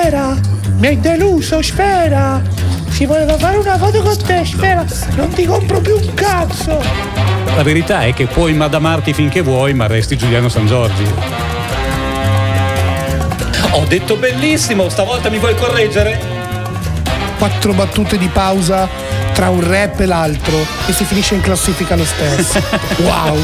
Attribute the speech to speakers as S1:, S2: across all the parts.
S1: Sfera, mi hai deluso, Sfera. Si voleva fare una foto con te, Sfera. Non ti compro più un cazzo.
S2: La verità è che puoi madamarti finché vuoi, ma resti Giuliano Sangiorgi. Ho detto bellissimo, stavolta mi vuoi correggere?
S1: 4 battute di pausa tra un rap e l'altro e si finisce in classifica lo stesso. Wow.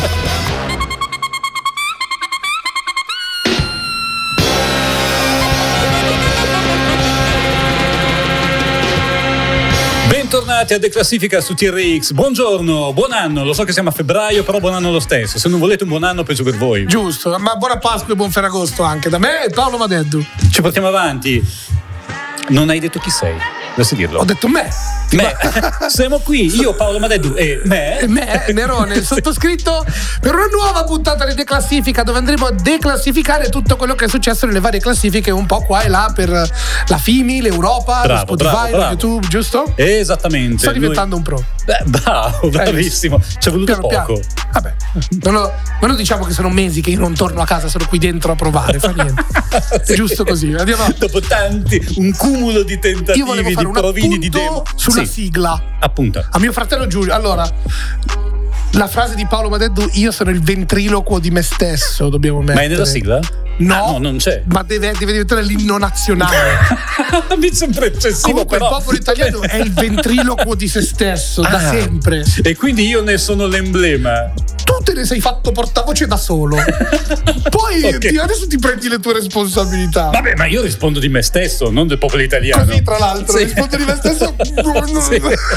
S2: Bentornati a Declassifica su TRX. Buongiorno, buon anno. Lo so che siamo a febbraio, però buon anno lo stesso. Se non volete un buon anno, peggio per voi.
S1: Giusto, ma buona Pasqua e buon Ferragosto anche da me e Paolo Madeddu.
S2: Ci portiamo avanti. Non hai detto chi sei, dovresti dirlo.
S1: Ho detto me.
S2: Siamo qui, io, Paolo Madeddu e me,
S1: Nerone, il sottoscritto, per una nuova puntata di Declassifica, dove andremo a declassificare tutto quello che è successo nelle varie classifiche, un po' qua e là, per la FIMI, l'Europa, lo Spotify, lo YouTube, giusto?
S2: Esattamente.
S1: Sto diventando un pro.
S2: Bravo, bravissimo. Ci è voluto poco.
S1: Vabbè, non diciamo che sono mesi che io non torno a casa, sono qui dentro a provare, fa niente. È giusto così. Andiamo.
S2: Dopo un cumulo di tentativi,
S1: io volevo fare
S2: di provini, di demo.
S1: Sulla sigla.
S2: Appunto.
S1: A mio fratello Giulio. Allora, la frase di Paolo Madeddu, io sono il ventriloquo di me stesso, dobbiamo mettere.
S2: Ma è nella sigla?
S1: No,
S2: non c'è.
S1: Ma deve diventare l'inno nazionale.
S2: Mi sembra eccessivo.
S1: Comunque
S2: però.
S1: Il popolo italiano è il ventriloquo di se stesso, da sempre.
S2: E quindi io ne sono l'emblema.
S1: Tu te ne sei fatto portavoce da solo. Poi
S2: Okay.
S1: adesso ti prendi le tue responsabilità.
S2: Vabbè, ma io rispondo di me stesso, non del popolo italiano.
S1: Così, tra l'altro, rispondo di me stesso.
S2: Sì.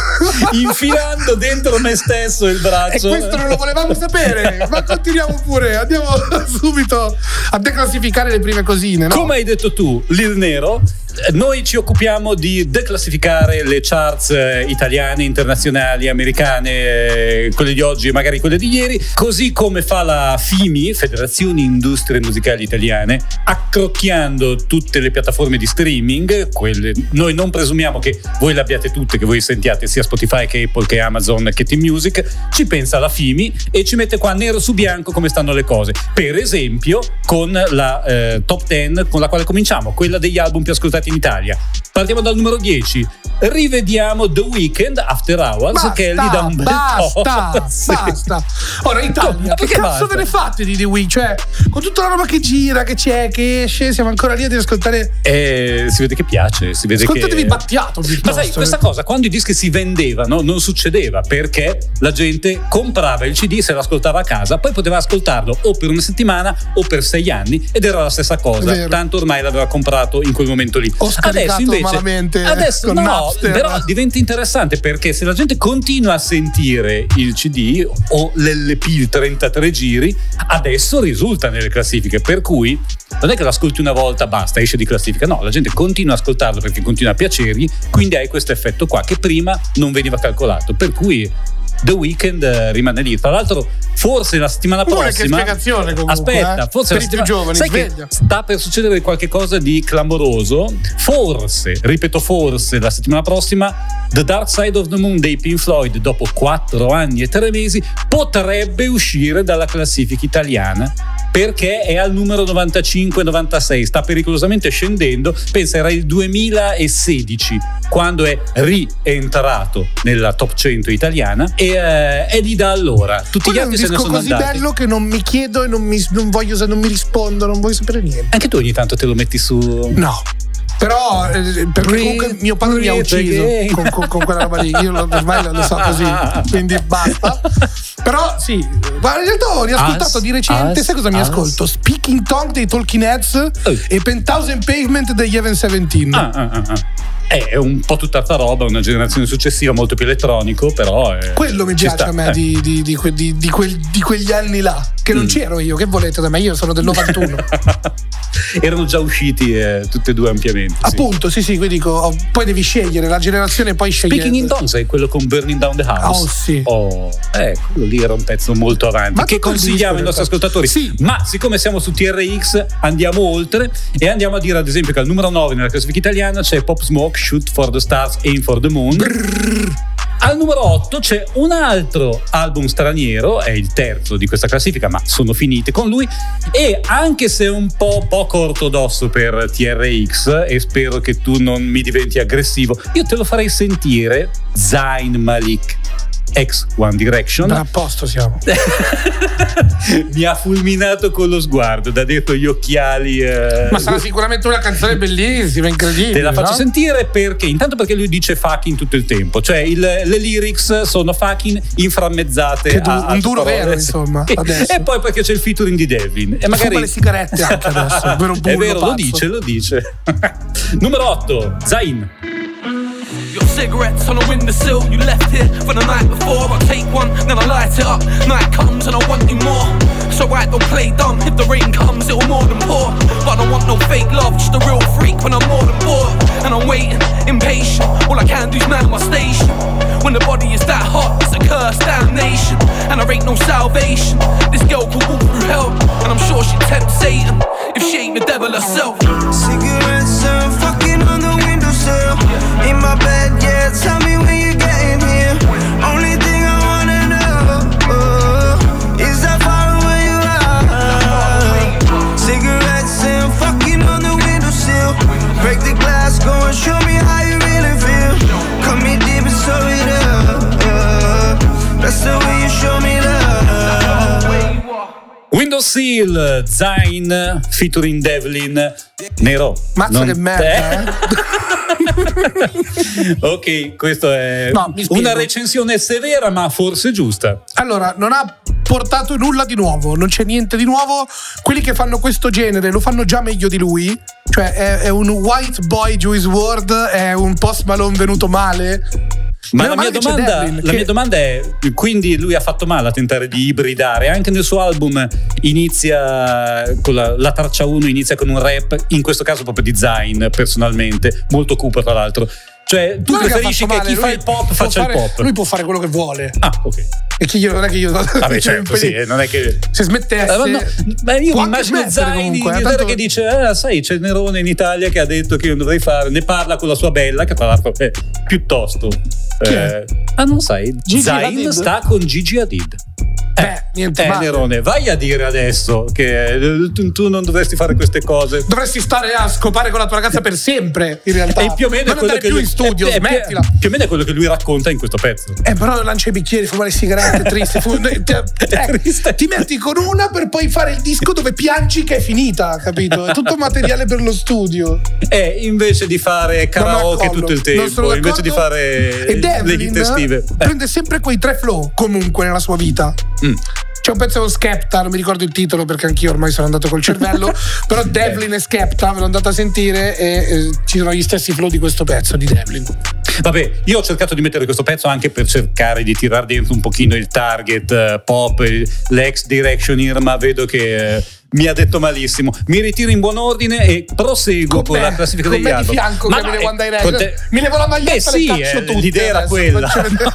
S2: Infilando dentro me stesso il braccio.
S1: E questo non lo volevamo sapere. Ma continuiamo pure. Andiamo subito a declassificare le prime cosine, no?
S2: Come hai detto tu, Lil Nero, noi ci occupiamo di declassificare le charts italiane, internazionali, americane, quelle di oggi e magari quelle di ieri, così come fa la FIMI, Federazione Industrie Musicali Italiane, accrocchiando tutte le piattaforme di streaming. Noi non presumiamo che voi le abbiate tutte, che voi sentiate sia Spotify che Apple che Amazon che Team Music. Ci pensa la FIMI e ci mette qua nero su bianco come stanno le cose, per esempio con la top 10 con la quale cominciamo, quella degli album più ascoltati in Italia. Partiamo dal numero 10. Rivediamo The Weeknd, After Hours, che è lì da un bel po'.
S1: Basta. Ora Italia, che cazzo ve ne fate di The Weeknd? Cioè, con tutta la roba che gira, che c'è, che esce, siamo ancora lì ad ascoltare.
S2: Si vede che piace, si vede
S1: ascoltatevi
S2: che
S1: Battiato piuttosto.
S2: Ma sai, questa cosa quando i dischi si vendevano non succedeva, perché la gente comprava il CD, se l'ascoltava a casa, poi poteva ascoltarlo o per una settimana o per 6 anni ed era la stessa cosa.
S1: Vero.
S2: Tanto ormai l'aveva comprato in quel momento lì.
S1: Ho scaricato malamente con Napster.
S2: Però diventa interessante, perché se la gente continua a sentire il CD o l'LP, il 33 giri, adesso risulta nelle classifiche, per cui non è che l'ascolti una volta basta, esce di classifica, no, la gente continua a ascoltarlo perché continua a piacergli, quindi hai questo effetto qua che prima non veniva calcolato, per cui The Weeknd rimane lì. Tra l'altro forse la settimana prossima,
S1: che spiegazione comunque,
S2: aspetta, forse
S1: per i più giovani,
S2: sai che sta per succedere qualche cosa di clamoroso. Forse, ripeto forse, la settimana prossima The Dark Side of the Moon dei Pink Floyd, dopo 4 anni e 3 mesi, potrebbe uscire dalla classifica italiana, perché è al numero 95-96, sta pericolosamente scendendo. Pensa, era il 2016 quando è rientrato nella top 100 italiana e è lì da allora. Tutti gli altri se ne sono andati.
S1: È un disco così bello che non mi chiedo e non mi rispondo, non voglio sapere niente.
S2: Anche tu ogni tanto te lo metti su?
S1: No. Però perché comunque mio padre mi ha ucciso con quella roba lì. Io ormai lo so così, quindi basta. Però sì, ma in realtà ho riascoltato di recente, sai cosa mi ascolto? Speaking Tongue dei Talking Heads e Penthouse and Pavement degli Even 17.
S2: È un po' tutt'altra roba, una generazione successiva, molto più elettronico, però
S1: quello mi piace a me di quegli anni là, che non c'ero io, che volete da me? Io sono del 91.
S2: Erano già usciti tutte e due ampiamente.
S1: Appunto, sì, quindi dico, poi devi scegliere la generazione, poi scegli.
S2: Speaking in Tongues è quello con Burning Down the House.
S1: Oh sì.
S2: Quello lì era un pezzo molto avanti, che consigliamo ai nostri ascoltatori.
S1: Sì.
S2: Ma siccome siamo su TRX andiamo oltre e andiamo a dire ad esempio che al numero 9 nella classifica italiana c'è Pop Smoke, Shoot for the Stars, Aim for the Moon. Al numero 8 c'è un altro album straniero, è il terzo di questa classifica, ma sono finite con lui, e anche se è un po' poco ortodosso per TRX, e spero che tu non mi diventi aggressivo, io te lo farei sentire, Zayn Malik, ex One Direction.
S1: A posto siamo.
S2: Mi ha fulminato con lo sguardo, da dietro gli occhiali.
S1: Ma sarà sicuramente una canzone bellissima, incredibile.
S2: Te la faccio sentire perché lui dice fucking tutto il tempo, cioè le lyrics sono fucking inframmezzate.
S1: Un duro vero, insomma.
S2: E poi perché c'è il featuring di Devlin. E magari
S1: fuma le sigarette anche adesso.
S2: È vero, lo dice. Numero 8, Zayn.
S3: Your cigarettes on a windowsill, you left here for the night before. I take one, then I light it up. Night comes and I want you more. So I don't play dumb. If the rain comes, it'll more than pour. But I don't want no fake love, just a real freak when I'm more than bored. And I'm waiting, impatient. All I can do is man my station. When the body is that hot, it's a curse, damnation. And there ain't no salvation. This girl could walk through hell, and I'm sure she'd tempt Satan if she ain't the devil herself.
S4: Cigarettes and fucking on the windowsill. In my bed, yeah, tell me when you're getting here. Only thing I wanna know is how far away you are. Cigarettes and fucking on the windowsill. Break the glass, go and show me how you really feel. Cut me deep and sew it up. That's the way you show me love.
S2: Windowsill, Zayn featuring Devlin. Nero.
S1: Mazza che merda,
S2: Ok, questo è una recensione severa ma forse giusta.
S1: Allora, non ha portato nulla di nuovo, non c'è niente di nuovo. Quelli che fanno questo genere lo fanno già meglio di lui. Cioè è un white boy Juice WRLD, è un Post Malone venuto male.
S2: Ma la mia domanda è, quindi lui ha fatto male a tentare di ibridare? Anche nel suo album inizia con la traccia 1, inizia con un rap, in questo caso proprio di Zayn, personalmente, molto cupo tra l'altro. Cioè, tu preferisci che chi fa il pop faccia il pop?
S1: Lui può fare quello che vuole.
S2: Ah, ok.
S1: E non è che io.
S2: Vabbè, certo, sì, non è che.
S1: Se smettesse.
S2: Io mi immagino Zayn in Inghilterra che dice: sai, c'è il Nerone in Italia che ha detto che io non dovrei fare. Ne parla con la sua bella, che tra l'altro è piuttosto. Non sai? Zayn sta con Gigi Hadid.
S1: Niente male.
S2: Nerone, vai a dire adesso che tu non dovresti fare queste cose.
S1: Dovresti stare a scopare con la tua ragazza per sempre, in realtà.
S2: E più o meno
S1: non andare più in studio, smettila.
S2: Più o meno è quello che lui racconta in questo pezzo.
S1: Però lancia i bicchieri, fuma le sigarette, triste. Ti metti con una per poi fare il disco dove piangi che è finita, capito? È tutto materiale per lo studio.
S2: Invece di fare karaoke tutto il tempo, invece di fare le hit estive,
S1: prende sempre quei 3 flow comunque nella sua vita. C'è un pezzo con Skepta, non mi ricordo il titolo perché anch'io ormai sono andato col cervello. Però Devlin e Skepta me l'ho andato a sentire e ci sono gli stessi flow di questo pezzo di Devlin.
S2: Vabbè, io ho cercato di mettere questo pezzo anche per cercare di tirare dentro un pochino il target pop, l'ex Directioner, ma vedo che mi ha detto malissimo. Mi ritiro in buon ordine e proseguo con la classifica degli album.
S1: Di fianco, ma One Direction. Mi levo la maglietta e le caccio tutte.
S2: L'idea era quella.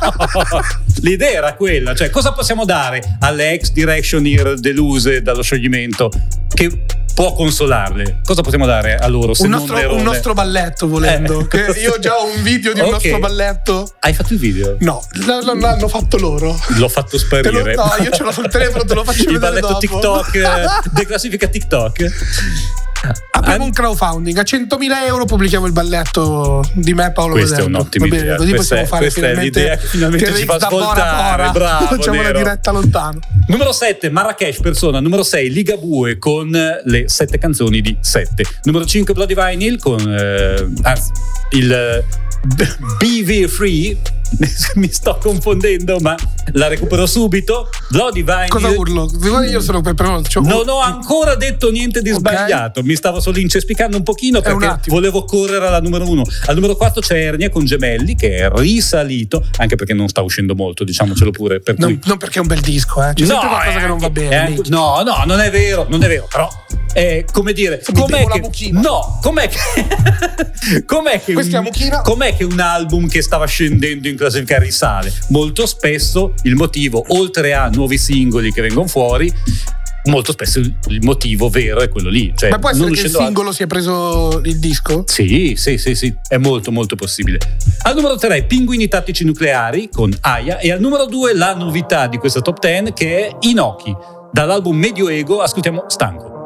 S2: L'idea era quella. Cioè, cosa possiamo dare alle ex Directioner deluse dallo scioglimento che può consolarle? Cosa possiamo dare a loro? Se un
S1: nostro balletto, volendo. Io già ho un video di un nostro balletto.
S2: Hai fatto il video?
S1: No, l'hanno fatto loro.
S2: L'ho fatto sparire.
S1: No, io ce l'ho sul telefono, te lo faccio vedere dopo.
S2: Il balletto TikTok, declassifica TikTok.
S1: Abbiamo un crowdfunding, a 100.000 euro pubblichiamo il balletto di me e Paolo
S2: Questa è un'ottima idea.
S1: Così possiamo fare
S2: l'idea che finalmente ci fa ascoltare. Bravo,
S1: facciamo una diretta lontano.
S2: Numero 7 Marrakesh Persona. Numero 6 Ligabue con le 7 canzoni di 7. Numero 5 Bloody Vinyl con il BV Free. Mi sto confondendo, ma la recupero subito. Bloody Vinyl.
S1: Cosa urlo? Io sono
S2: non ho ancora detto niente di sbagliato. Mi stavo solo incespicando un pochino perché volevo correre alla numero 1. Al numero 4 c'è Ernia con Gemelli, che è risalito, anche perché non sta uscendo molto, diciamocelo pure.
S1: Non perché è un bel disco, c'è sempre qualcosa che non va bene.
S2: No, non è vero, però come dire, com'è che un album che stava scendendo in classifica risale? Molto spesso il motivo, oltre a nuovi singoli che vengono fuori, molto spesso il motivo vero è quello lì. Cioè,
S1: ma può essere che il singolo si è preso il disco?
S2: Sì, è molto molto possibile. Al numero 3 Pinguini Tattici Nucleari con Aya, e al numero 2 la novità di questa top 10 che è Inoki. Dall'album Medio Ego ascoltiamo Stanco.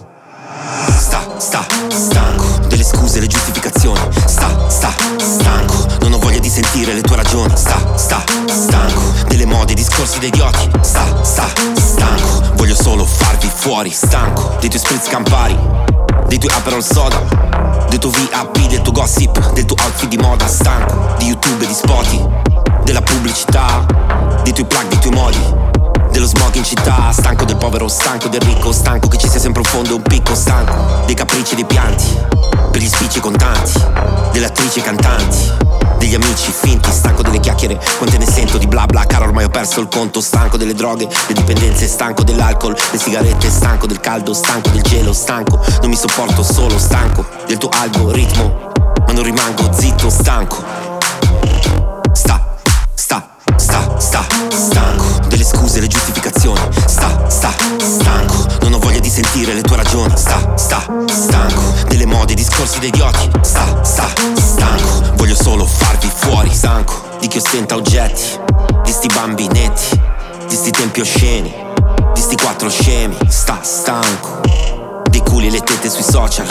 S5: Stanco delle scuse e le giustificazioni. Stanco, non ho voglia di sentire le tue ragioni. Stanco delle mode e discorsi da idioti. Stanco, voglio solo farvi fuori. Stanco dei tuoi spritz campari, dei tuoi Aperol soda, del tuo VIP, del tuo gossip, del tuo outfit di moda. Stanco di YouTube e di spoti, della pubblicità, dei tuoi plug, dei tuoi modi, dello smog in città. Stanco del povero, stanco del ricco, stanco che ci sia sempre un fondo e un picco. Stanco dei capricci e dei pianti, per gli spicci contanti, delle attrici e cantanti, degli amici finti. Stanco delle chiacchiere, quante ne sento di bla bla, caro ormai ho perso il conto. Stanco delle droghe, le dipendenze, stanco dell'alcol, le sigarette, stanco del caldo, stanco del gelo. Stanco, non mi sopporto solo. Stanco del tuo algoritmo, ma non rimango zitto. Stanco stanco delle scuse e le giustificazioni. Stanco, non ho voglia di sentire le tue ragioni. Stanco delle mode e discorsi da idioti. Stanco, voglio solo farvi fuori. Stanco di chi ostenta oggetti, di sti bambinetti, di sti tempi osceni, di sti quattro scemi. Stanco dei culi e le tette sui social.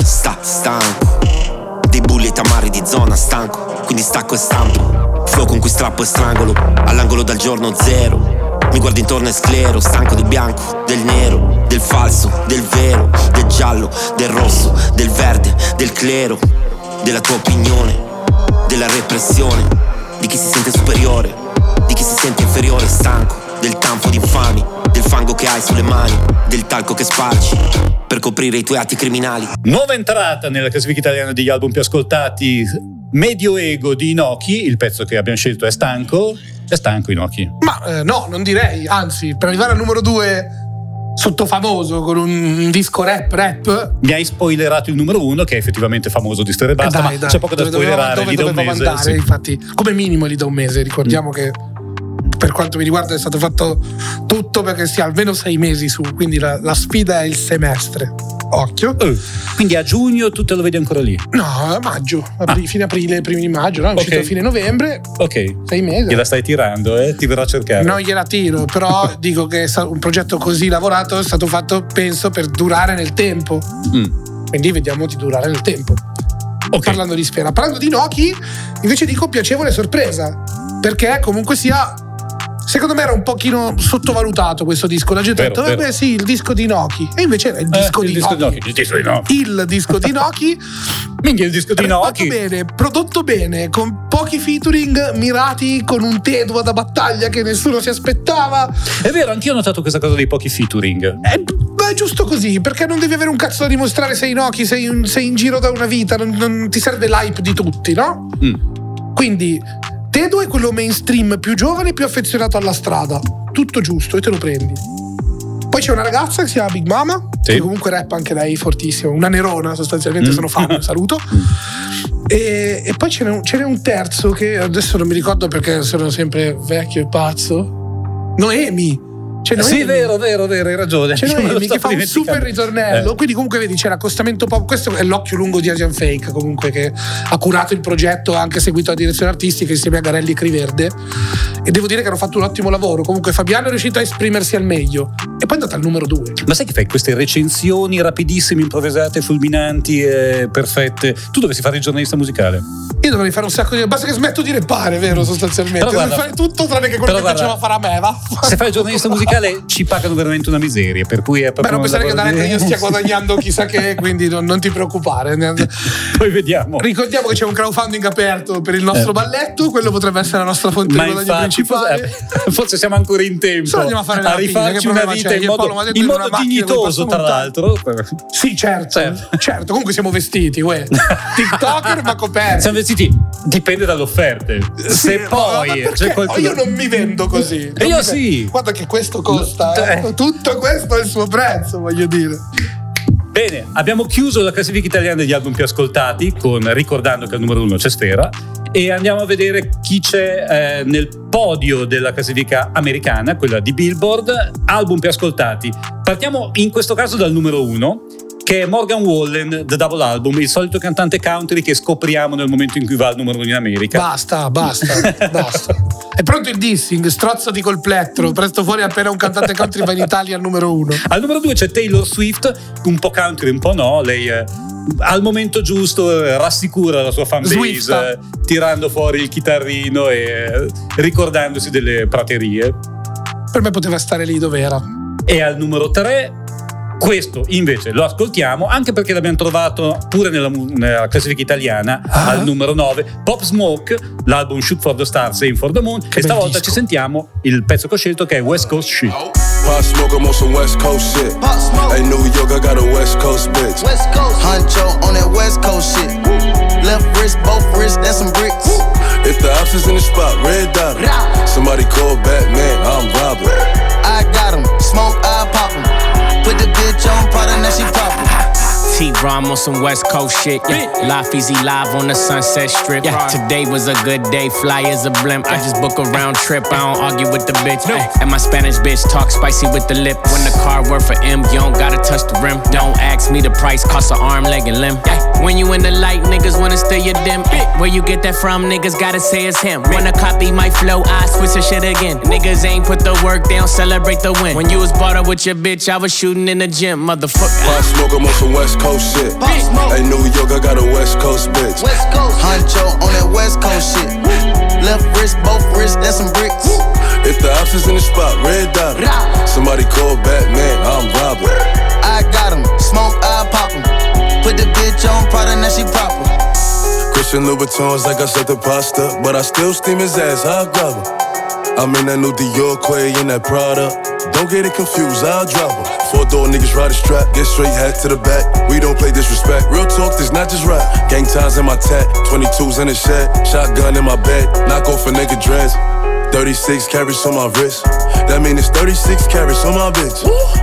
S5: Stanco dei bulli e tamari di zona. Stanco, quindi stacco e stampo, flow con cui strappo e strangolo, all'angolo dal giorno zero. Mi guardo intorno e sclero. Stanco del bianco, del nero, del falso, del vero, del giallo, del rosso, del verde, del clero, della tua opinione, della repressione, di chi si sente superiore, di chi si sente inferiore. Stanco del tanfo di infami, del fango che hai sulle mani, del talco che spargi per coprire i tuoi atti criminali.
S2: Nuova entrata nella classifica italiana degli album più ascoltati, Medio Ego di Inoki. Il pezzo che abbiamo scelto è Stanco. È stanco Inoki?
S1: Ma no, non direi. Anzi, per arrivare al numero 2 sotto famoso con un disco rap. Mi
S2: hai spoilerato il numero 1 che è effettivamente famoso di Storia e Basta, ma c'è poco da spoilerare.
S1: Dove dovevamo andare, sì. Infatti, come minimo lì da un mese. Ricordiamo che per quanto mi riguarda è stato fatto tutto perché sia almeno 6 mesi su, quindi la sfida è il semestre. Occhio.
S2: Quindi a giugno tu te lo vedi ancora lì?
S1: No, a maggio, fine aprile, primi di maggio, no? È uscito a fine novembre.
S2: Ok.
S1: 6 mesi.
S2: Gliela stai tirando, ti verrò a cercare.
S1: Non gliela tiro, però dico che un progetto così lavorato è stato fatto, penso, per durare nel tempo. Quindi vediamo di durare nel tempo. Parlando di sfera. Parlando di Inoki, invece dico piacevole sorpresa, perché comunque sia, secondo me era un pochino sottovalutato questo disco. La gente ha detto, beh sì, il disco di Inoki. E invece era il disco di Inoki. Il disco di Inoki.
S2: Minchia, il disco di Inoki.
S1: Bene, prodotto bene, con pochi featuring mirati, con un Tedua da battaglia che nessuno si aspettava.
S2: È vero, anch'io ho notato questa cosa dei pochi featuring.
S1: È giusto così, perché non devi avere un cazzo da dimostrare. Sei Inoki, sei in giro da una vita, non ti serve l'hype di tutti, no? Quindi Tedua è quello mainstream più giovane e più affezionato alla strada. Tutto giusto, e te lo prendi. Poi c'è una ragazza che si chiama Big Mama, che comunque rappa anche lei fortissimo, una nerona sostanzialmente, sono fan, saluto. E poi ce n'è un terzo che adesso non mi ricordo perché sono sempre vecchio e pazzo. Noemi.
S2: Sì, vero, hai ragione.
S1: C'è Noemi che fa un super ritornello. Quindi comunque vedi, c'è l'accostamento pop. Questo è l'occhio lungo di Asian Fake, comunque, che ha curato il progetto, ha anche seguito la direzione artistica insieme a Garelli Criverde, e devo dire che hanno fatto un ottimo lavoro. Comunque Fabiano è riuscito a esprimersi al meglio e poi è andata al numero 2.
S2: Ma sai che fai queste recensioni rapidissime, improvvisate, fulminanti e perfette? Tu dovresti fare il giornalista musicale.
S1: Io dovrei fare un sacco di... Basta che smetto di rappare, vero, sostanzialmente. Dovrei fare tutto tranne che quello che faceva fare a me, va?
S2: Se fai il giornalista musicale ci pagano veramente una miseria, per cui è proprio...
S1: Beh, non pensare che da io stia guadagnando chissà che, quindi non ti preoccupare.
S2: Poi vediamo.
S1: Ricordiamo che c'è un crowdfunding aperto per il nostro balletto, quello potrebbe essere la nostra fonte di guadagno principale.
S2: Forse siamo ancora in tempo a rifarci una vita in modo dignitoso, tra l'altro.
S1: Sì, certo. Comunque siamo vestiti, TikToker ma coperti.
S2: Siamo vestiti, dipende dalle offerte. Se poi
S1: io non mi vendo così.
S2: E io sì.
S1: Guarda che questo costa. Tutto questo è il suo prezzo, voglio dire.
S2: Bene, abbiamo chiuso la classifica italiana degli album più ascoltati ricordando che al numero 1 c'è Sfera, e andiamo a vedere chi c'è nel podio della classifica americana, quella di Billboard, album più ascoltati. Partiamo in questo caso dal numero 1, che è Morgan Wallen, The Double Album, il solito cantante country che scopriamo nel momento in cui va al numero 1 in America.
S1: Basta. È pronto il dissing, strozzati col plettro, presto fuori appena un cantante country va in Italia al numero 1.
S2: Al numero 2 c'è Taylor Swift, un po' country, un po' no, lei al momento giusto rassicura la sua fanbase tirando fuori il chitarrino e ricordandosi delle praterie.
S1: Per me poteva stare lì dove era.
S2: E al numero 3 questo invece lo ascoltiamo anche perché l'abbiamo trovato pure nella classifica italiana al numero 9, Pop Smoke, l'album Shoot for the Stars, Aim for the Moon, e stavolta ci sentiamo il pezzo che ho scelto, che è West Coast Shit.
S6: Pop Smoke, I'm on some West Coast shit. Hey, New York, I got a West Coast bitch.
S7: West Coast Huncho on that West Coast shit. Left wrist, both wrists, that's some bricks.
S6: If the ops is in the spot, red dot 'em. Somebody call Batman, I'm robbing.
S7: I got him, smoke, I pop him. Put the bitch on Prada, now she poppin'.
S8: T-Rom on some West Coast shit. Yeah. Life Easy live on the Sunset Strip. Yeah. Today was a good day, fly as a blimp. I just book a round trip, I don't argue with the bitch. And my Spanish bitch talk spicy with the lip. When the car worth for M, you don't gotta touch the rim. Don't ask me the price, cost an arm, leg, and limb. When you in the light, niggas wanna steal your dim. Where you get that from, niggas gotta say it's him. Wanna copy my flow, I switch the shit again. Niggas ain't put the work, they don't celebrate the win. When you was brought up with your bitch, I was shooting in the gym, motherfucker.
S6: Pop Smoke, I'm on some West Coast shit. Hey, New York, I got a West Coast bitch.
S7: West Coast Huncho on that West Coast shit. Left wrist, both wrists, that's some bricks.
S6: If the ops is in the spot, red dot 'em. Somebody call Batman, I'm robbing.
S7: I got him, smoke, I pop him. Put the bitch on Prada, now she proper.
S6: Christian Louboutins like I said the pasta, but I still steam his ass, I'll grab him. I'm in that new Dior Quay in that Prada. Don't get it confused, I'll drop him. 4-door niggas ride a strap, get straight hat to the back. We don't play disrespect, real talk, this not just rap. Gang ties in my tat, 22s in the shed. Shotgun in my bed, knock off a nigga dreads. 36 carats on my wrist, that mean it's 36 carats on my bitch.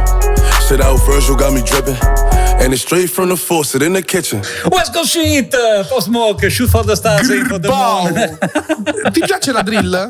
S6: Shit out Virgil got me dripping, and it's straight from the faucet in the kitchen.
S2: West Coast Shit, Pop Smoke, Shoot for the Stars, Aim for the Moon.
S1: Ti piace la drill?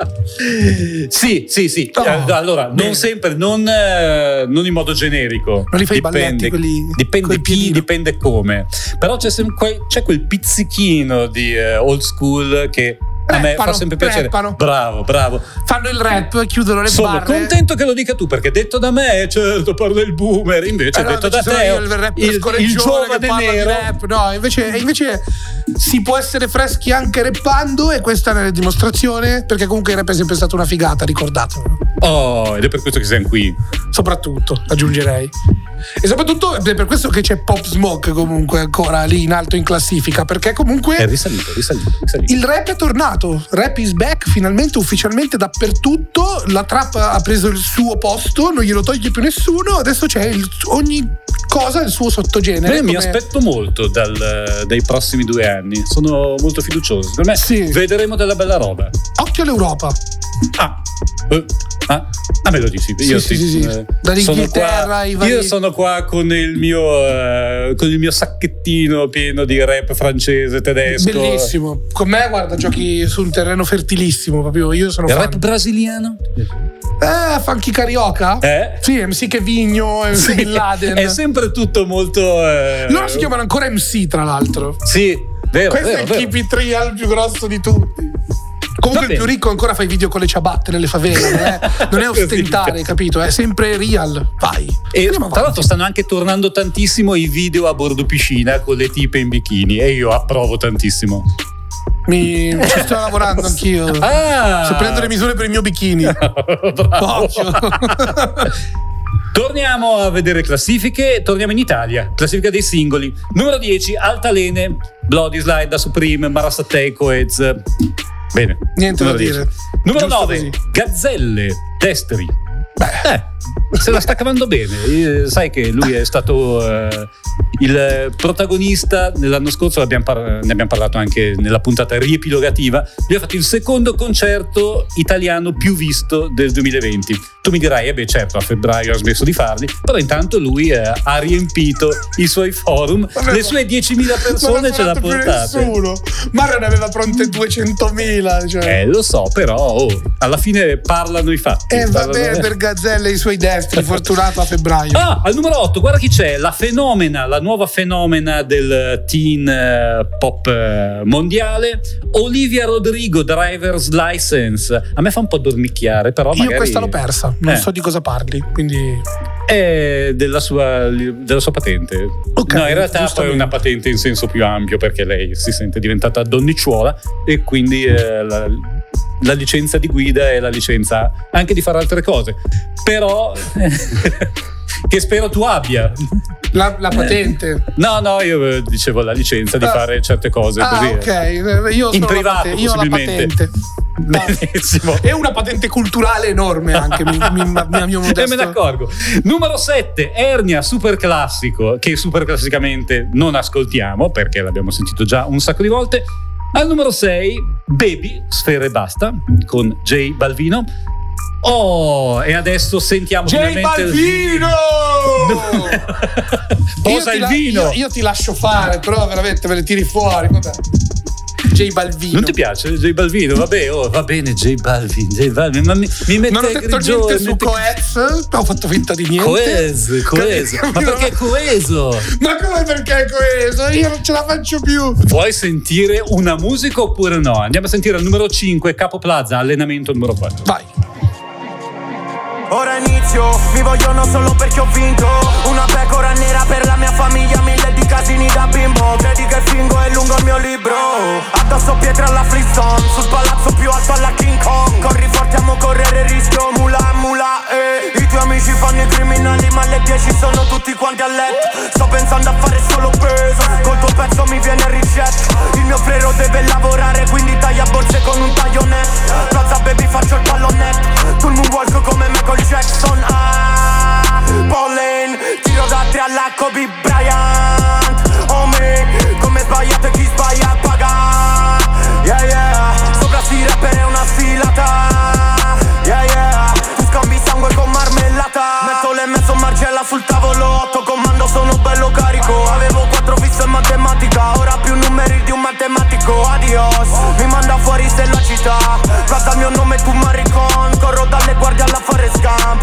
S2: Sì.
S1: Oh,
S2: allora,
S1: bene.
S2: non sempre, non in modo generico.
S1: Non li fai i balletti quelli
S2: dipende
S1: col
S2: chi,
S1: piedino.
S2: dipende come. Però c'è quel pizzichino di old school che a me fa sempre piacere.
S1: Rappano.
S2: Bravo.
S1: Fanno il rap, chiudono le
S2: Sono
S1: barre.
S2: contento che lo dica tu, perché detto da me, certo, parlo del boomer, invece detto da te, il giovane nero.
S1: Rap. No, invece si può essere freschi anche rappando, e questa è una dimostrazione, perché comunque il rap è sempre stata una figata, ricordatelo.
S2: Oh, ed è per questo che siamo qui.
S1: Soprattutto, aggiungerei. E soprattutto è per questo che c'è Pop Smoke comunque ancora lì in alto in classifica, perché comunque
S2: È risalito.
S1: il rap è tornato. Rap is back finalmente, ufficialmente dappertutto. La trap ha preso il suo posto, non glielo toglie più nessuno. Adesso c'è ogni cosa il suo sottogenere.
S2: Beh, mi aspetto molto dai prossimi 2 anni. Sono molto fiducioso. Per me vedremo della bella roba.
S1: Occhio all'Europa.
S2: Me lo dici? Io
S1: sì. Dall'Inghilterra
S2: io sono qua con il mio sacchettino pieno di rap francese, tedesco.
S1: Bellissimo. Con me, guarda, giochi su un terreno fertilissimo. Proprio io sono
S2: il
S1: fan.
S2: rap brasiliano?
S1: Funky Carioca? Sì, MC Kevigno, MC Bin Laden.
S2: È sempre tutto molto.
S1: Loro si chiamano ancora MC, tra l'altro.
S2: Sì, vero.
S1: Questo è il Keep It Real più grosso di tutti. Comunque il più ricco ancora fa i video con le ciabatte nelle favela, non è ostentare, capito? È sempre real. Vai.
S2: E tra l'altro stanno anche tornando tantissimo i video a bordo piscina con le tipe in bikini, e io approvo tantissimo.
S1: Ci sto lavorando anch'io. Sto prendendo le misure per il mio bikini.
S2: Bravo. Torniamo a vedere classifiche. Torniamo in Italia. Classifica dei singoli. Numero 10, Altalene, Bloody Slide da Supreme, Marasatei, Coez. Bene.
S1: Niente da dire.
S2: Numero
S1: Giusto
S2: 9,
S1: così.
S2: Gazzelle, Destri. Se la sta cavando bene. Sai che lui è stato il protagonista nell'anno scorso, ne abbiamo parlato anche nella puntata riepilogativa. Lui ha fatto il secondo concerto italiano più visto del 2020. Tu mi dirai, certo, a febbraio ha smesso di farli, però intanto lui ha riempito i suoi forum. Le sue 10.000 persone ce l'ha portate.
S1: Nessuno. Mario ne aveva pronte 200.000. Cioè.
S2: Lo so, però alla fine parlano i fatti.
S1: Vabbè, per Gazzelle i suoi destri, fortunato a febbraio.
S2: Al numero 8, guarda chi c'è, la nuova fenomena del teen pop mondiale, Olivia Rodrigo, Driver's License. A me fa un po' dormicchiare, però magari...
S1: Io questa l'ho persa, non so di cosa parli, quindi...
S2: È della sua patente.
S1: Okay,
S2: no, in realtà poi è una patente in senso più ampio, perché lei si sente diventata donnicciuola e quindi la licenza di guida è la licenza anche di fare altre cose, però che spero tu abbia.
S1: La patente?
S2: No, io dicevo la licenza di fare certe cose così.
S1: Ok, io
S2: in privato
S1: io ho la patente.
S2: Benissimo.
S1: È una patente culturale enorme anche, mio modesto.
S2: E me ne accorgo. Numero 7, Ernia, super classico, che super classicamente non ascoltiamo perché l'abbiamo sentito già un sacco di volte. Al numero 6, Baby, Sfera e Basta, con J Balvino. E adesso sentiamo
S1: J Balvino!
S2: Posa il vino.
S1: Io ti lascio fare, però veramente me ne tiri fuori. Vabbè. J Balvino.
S2: Non ti piace J Balvino? Vabbè, va bene J Balvin, ma mi mette
S1: non ho detto niente su Coez, ho fatto finta di niente.
S2: Coeso. Ma perché coeso?
S1: Ma come perché coeso? Io non ce la faccio più.
S2: Vuoi sentire una musica oppure no? Andiamo a sentire il numero 5, Capo Plaza, allenamento numero 4.
S1: Vai.
S9: Ora inizio, mi vogliono solo perché ho vinto. Una pecora nera per la mia famiglia, 1000 di casini da bimbo. Credi che fingo è lungo il mio libro. Addosso pietre alla Flintstone, sul palazzo più alto alla King Kong. Corri forte, amo correre rischio, mula, I tuoi amici fanno i criminali, ma alle 10 sono tutti quanti a letto. Sto pensando a fare solo peso, col tuo pezzo mi viene il ricetto. Il mio frero deve lavorare, quindi taglia borse con un taglionetto. Plaza baby faccio il pallonetto, tu il moonwalk come Michael Jackson. Pollen, tiro da 3 alla Kobe Bryant. Oh me, come sbagliate chi sbaglia paga. Yeah, sopra sti rapper è una sfilata. Yeah, tu scambi sangue con marmellata. Metto le mezzo margella sul tavolo, 8 comando sono bello carico. Avevo 4 fisse in matematica, ora più numeri di un matematico. Adios, mi manda fuori se la città. Plaza il mio nome tu maricon, corro dalle guardie alla Forrest Gump.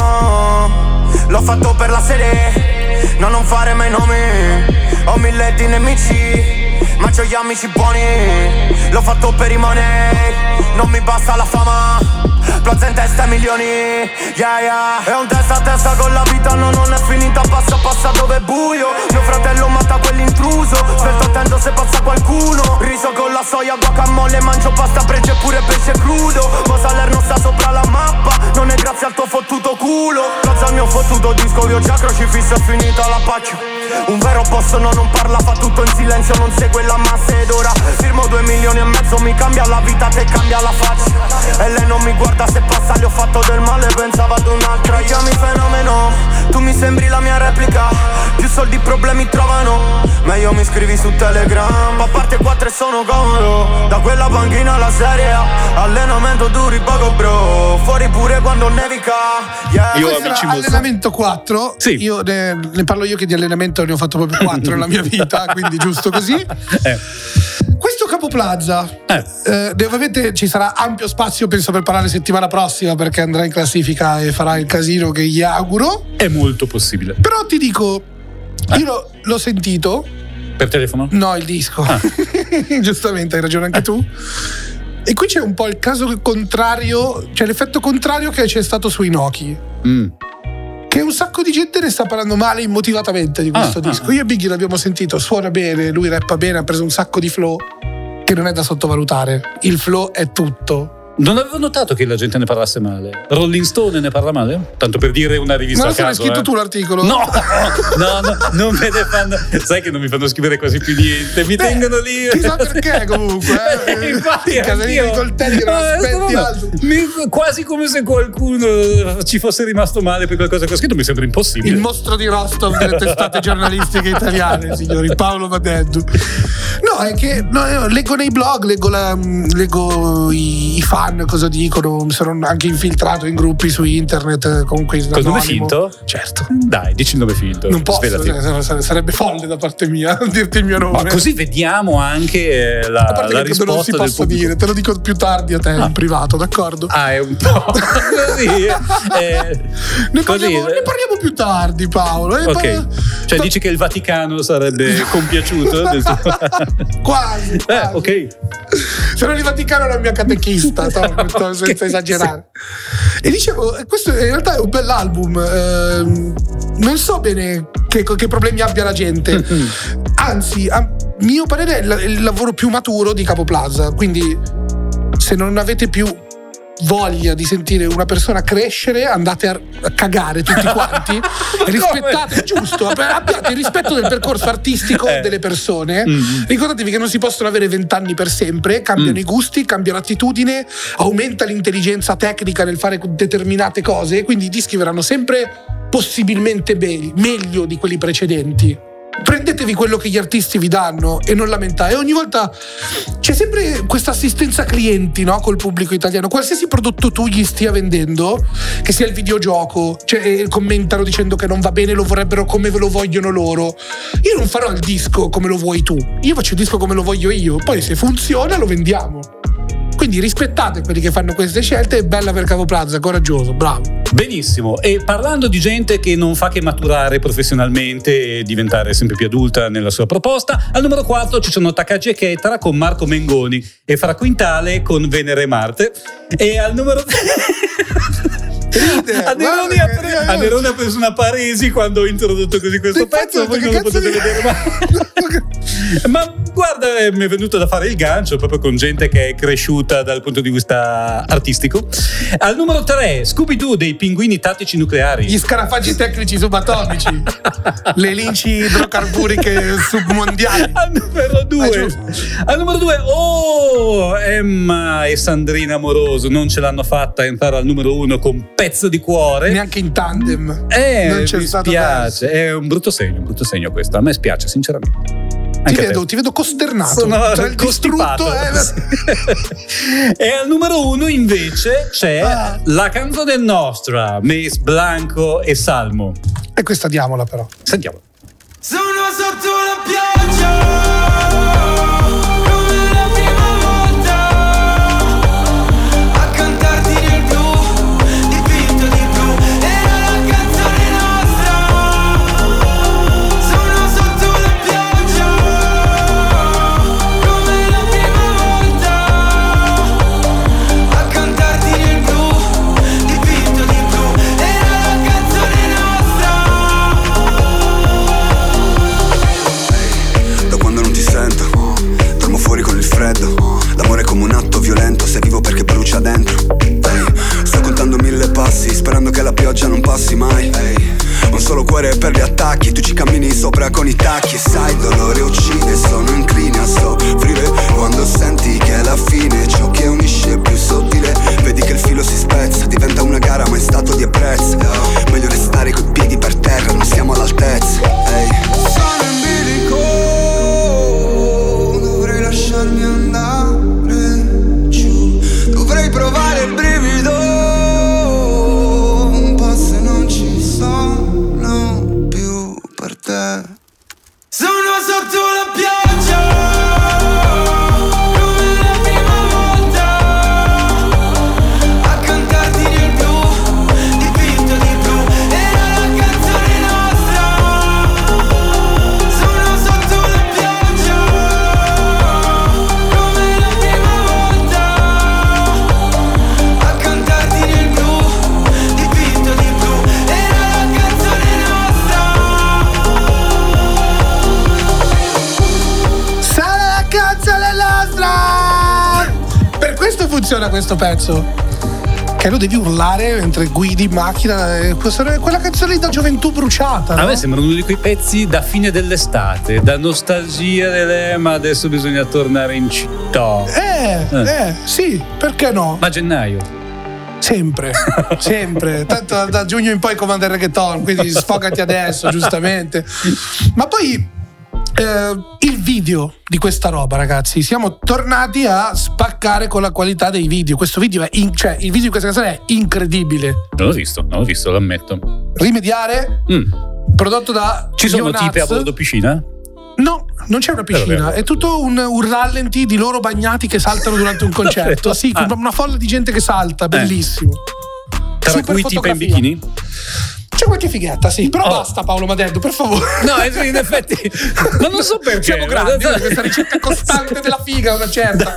S9: L'ho fatto per la serie, no non fare mai nomi. Ho 1000 di nemici, ma c'ho gli amici buoni. L'ho fatto per i money, non mi basta la fama. Plaza in testa ai milioni, yeah. È un testa a testa con la vita, no non è finita, passa dove è buio. Mio fratello mata quell'intruso, sto attento se passa qualcuno. Riso con la soia, guacamole, mangio pasta, prege pure pesce crudo. Ma Salerno sta sopra la mappa, non è grazie al tuo fottuto culo. Plaza al mio fottuto disco, io già crocifisso, è finita la pacchia. Un vero boss non parla, fa tutto in silenzio, non segue la massa ed ora firmo 2,5 milioni, mi cambia la vita, te cambia la faccia. E lei non mi guarda se passa, gli ho fatto del male, pensava ad un'altra. Chiami fenomeno, tu mi sembri la mia replica. Più soldi problemi trovano, meglio mi scrivi su Telegram. A parte 4 e sono comodo, da quella panchina alla Serie A. Allenamento duri poco bro, fuori pure quando nevica.
S1: Io allenamento 4, sì. Io ne parlo io che di allenamento ne ho fatto proprio 4 nella mia vita, quindi giusto così. Questo Capo Plaza, ovviamente ci sarà ampio spazio, penso, per parlare settimana prossima, perché andrà in classifica e farà il casino che gli auguro.
S2: È molto possibile.
S1: Però ti dico, io l'ho sentito.
S2: Per telefono?
S1: No, il disco. Giustamente, hai ragione anche tu. E qui c'è un po' il caso contrario, cioè l'effetto contrario che c'è stato su Inoki. Che un sacco di gente ne sta parlando male immotivatamente di questo disco. Io e Biggie l'abbiamo sentito, suona bene, lui rappa bene, ha preso un sacco di flow che non è da sottovalutare. Il flow è tutto.
S2: Non avevo notato che la gente ne parlasse male. Rolling Stone ne parla male? Tanto per dire una rivista a caso.
S1: Non l'hai scritto tu l'articolo?
S2: No, non me ne fanno. Sai che non mi fanno scrivere quasi più niente. Mi tengono lì.
S1: Chissà perché comunque.
S2: Infatti,
S1: casalino di coltelli che non aspetti altro.
S2: Quasi come se qualcuno ci fosse rimasto male per qualcosa che ho scritto. Mi sembra impossibile.
S1: Il mostro di Rostov delle testate giornalistiche italiane, signori. Paolo Madeddu. No, è che leggo nei blog, leggo i fan cosa dicono, mi sono anche infiltrato in gruppi su internet comunque
S2: col nome finto?
S1: Certo.
S2: Dai, dici il nome finto.
S1: Non posso, sarebbe folle da parte mia dirti il mio nome.
S2: Ma così vediamo anche la risposta
S1: non si possa dire, te lo dico più tardi a te in privato, d'accordo?
S2: È un po' così.
S1: Ne parliamo più tardi, Paolo.
S2: Ok. Cioè dici che il Vaticano sarebbe compiaciuto del tuo...
S1: Quasi.
S2: Ok.
S1: Se non il Vaticano è la mia catechista, senza esagerare. E dicevo, questo in realtà è un bell'album. Non so bene che problemi abbia la gente. Anzi, a mio parere è il lavoro più maturo di Capo Plaza. Quindi, se non avete più voglia di sentire una persona crescere, andate a cagare tutti quanti. Rispettate, giusto, abbiate il rispetto del percorso artistico delle persone. Ricordatevi che non si possono avere 20 anni per sempre, cambiano i gusti, cambia l'attitudine, aumenta l'intelligenza tecnica nel fare determinate cose, quindi i dischi verranno sempre possibilmente meglio di quelli precedenti. Prendetevi quello che gli artisti vi danno e non lamentate. Ogni volta c'è sempre questa assistenza clienti, no? Col pubblico italiano. Qualsiasi prodotto tu gli stia vendendo, che sia il videogioco, commentano dicendo che non va bene, lo vorrebbero come ve lo vogliono loro. Io non farò il disco come lo vuoi tu, io faccio il disco come lo voglio io, poi se funziona lo vendiamo. Quindi rispettate quelli che fanno queste scelte. È bella per Capo Plaza, coraggioso, bravo.
S2: Benissimo. E parlando di gente che non fa che maturare professionalmente e diventare sempre più adulta nella sua proposta, al numero 4 ci sono Takagi e Ketara con Marco Mengoni e Fra Quintale con Venere e Marte. E al numero a Nerone ha preso una paresi quando ho introdotto così questo pezzo, voi non lo potete vedere ma guarda, mi è venuto da fare il gancio proprio con gente che è cresciuta dal punto di vista artistico. Al numero 3 Scooby-Doo dei Pinguini Tattici Nucleari,
S1: gli scarafaggi tecnici subatomici, le linci idrocarburiche submondiali.
S2: Al numero 2 Emma e Sandrina Amoroso non ce l'hanno fatta entrare al numero 1 con Pezzo di Cuore,
S1: neanche in tandem.
S2: Non c'è stato, spiace, è un brutto segno questo, a me spiace sinceramente.
S1: Ti vedo costernato.
S2: Sono tra il costipato. E al numero 1 invece c'è La canzone nostra, Mace Blanco e Salmo.
S1: E questa diamola però.
S2: Sentiamo.
S4: Sono sotto la pioggia.
S10: L'amore è come un atto violento, se vivo perché brucia dentro. Sto contando 1000 passi, sperando che la pioggia non passi mai. Un solo cuore per gli attacchi, tu ci cammini sopra con i tacchi. Sai, il dolore uccide, sono incline a soffrire quando senti che è la fine. Ciò che unisce è più sottile, vedi che il filo si spezza, diventa una gara ma è stato di apprezzo. Meglio restare coi piedi per terra, non siamo all'altezza.
S4: Sono in bilico, dovrei lasciarmi andare giù, dovrei provare il brivido, un po' se non ci sono più per te. Sono sotto la pioggia.
S1: funziona questo pezzo? Che lo devi urlare mentre guidi in macchina. Quella canzone da gioventù bruciata, no?
S2: A me sembra uno di quei pezzi da fine dell'estate, da nostalgia ma adesso bisogna tornare in città.
S1: Sì, perché no?
S2: Ma gennaio.
S1: Sempre. Tanto da giugno in poi comanda il reggaeton, quindi sfogati adesso, giustamente. Ma poi il video di questa roba, ragazzi, siamo tornati a spaccare con la qualità dei video. Questo video è il video di questa canzone è incredibile.
S2: Non l'ho visto, lo ammetto.
S1: Rimediare, prodotto da
S2: Ci sono
S1: Ionaz.
S2: tipi a bordo piscina?
S1: No, non c'è una piscina, è tutto un rallenti di loro bagnati che saltano durante un concerto. Sì, con una folla di gente che salta, bellissimo.
S2: Tra cui tipi in bikini?
S1: C'è qualche fighetta, sì, però basta Paolo Madeddu, per favore.
S2: No, in effetti, ma non so perché.
S1: Siamo grandi, questa ricerca costante della figa, una certa.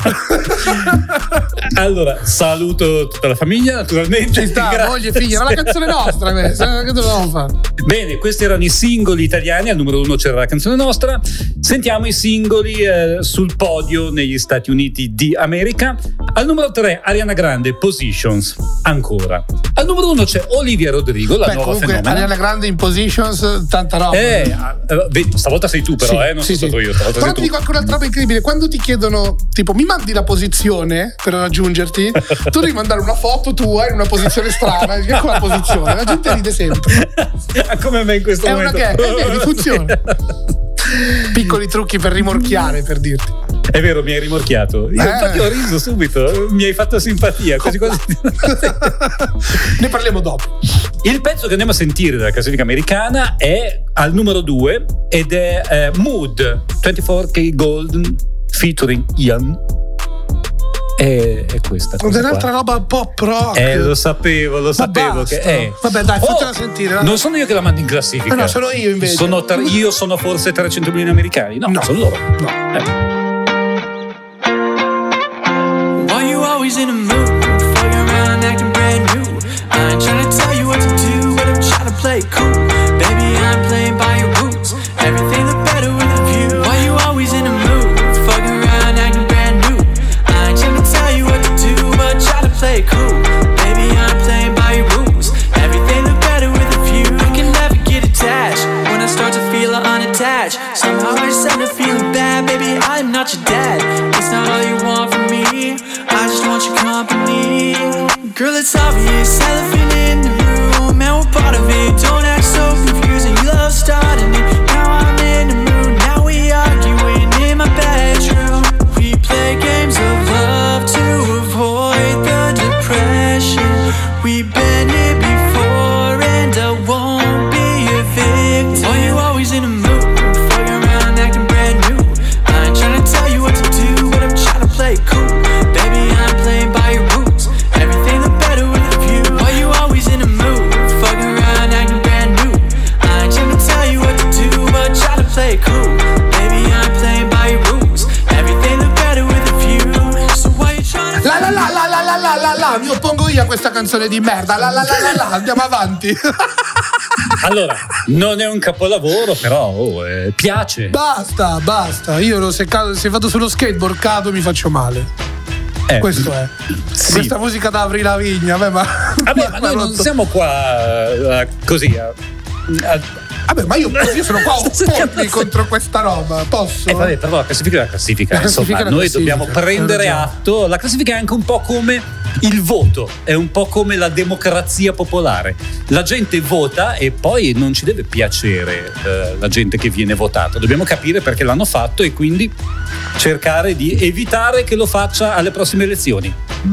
S2: Allora, saluto tutta la famiglia, naturalmente.
S1: Ci sta, moglie e figlia, ma la canzone nostra, che dovevamo fare?
S2: Bene, questi erano i singoli italiani, al numero 1 c'era la canzone nostra. Sentiamo i singoli sul podio negli Stati Uniti di America. Al numero 3 Ariana Grande, Positions, ancora. Al numero 1 c'è Olivia Rodrigo, la nuova
S1: comunque
S2: fenomena.
S1: Ariana Grande in Positions, tanta roba.
S2: Stavolta sei tu però, non sono stato io.
S1: Però ti dico anche un'altra roba incredibile. Quando ti chiedono, tipo, mi mandi la posizione per raggiungerti, tu devi mandare una foto tua in una posizione strana. Ecco la posizione, la gente ride sempre.
S2: Come me in questo momento.
S1: È una gag, funziona. Piccoli trucchi per rimorchiare, per dirti.
S2: È vero, mi hai rimorchiato. Io infatti ho riso subito, mi hai fatto simpatia. Quasi.
S1: Ne parliamo dopo.
S2: Il pezzo che andiamo a sentire dalla classifica americana è al numero 2 ed è Mood 24K Golden featuring Ian. È questa.
S1: È un'altra roba pop rock.
S2: Lo sapevo che è.
S1: Vabbè, dai, fatela sentire.
S2: Non sono io che la mando in classifica.
S1: No, sono io invece.
S2: Io sono forse 300 milioni americani. No, sono loro.
S1: No.
S11: Why you always in a mood? Fucking around acting brand new. I ain't trying to tell you what to do, but I'm trying to play cool. Baby, I'm playing by your rules. Everything look better with a view. Why you always in a mood? Fucking around acting brand new. I ain't trying to tell you what to do, but try to play cool. Baby, I'm playing by your rules. Everything look better with a view. I can never get attached when I start to feel unattached. Somehow I just end up feeling bad. Baby, I'm not your dad. It's not all you want from me. I just want your company. Girl, it's obvious, elephant in the room, and we're part of it. Don't act so confusing, you love starting it. Now I'm in the mood, now we arguing in my bedroom. We play games of love to avoid the depression. We've been here before and I won't be a victim. Why you always in a mood, fucking around acting brand new? I ain't trying to tell you what to do, but I'm trying to play cool. Baby, I'm playing by your rules. Everything look better with a view. Why you always in a mood, fucking around acting brand new? I ain't trying to tell you what to do, but try to play cool. Baby, I'm playing by your rules. Everything look better with a view. So why you trying to...
S1: La, mi oppongo io a questa canzone di merda. La, andiamo avanti.
S2: Allora, non è un capolavoro, però piace.
S1: Basta. Io se vado sullo skateboard cado mi faccio male. Questo è. Sì. Questa musica da Avril Lavigne, ma
S2: noi non siamo qua così
S1: vabbè, ma io sono qua oppormi contro questa roba, posso?
S2: Vabbè, però la classifica è la classifica. Insomma, noi dobbiamo prendere atto. La classifica è anche un po' come il voto, è un po' come la democrazia popolare. La gente vota e poi non ci deve piacere la gente che viene votata. Dobbiamo capire perché l'hanno fatto e quindi cercare di evitare che lo faccia alle prossime elezioni.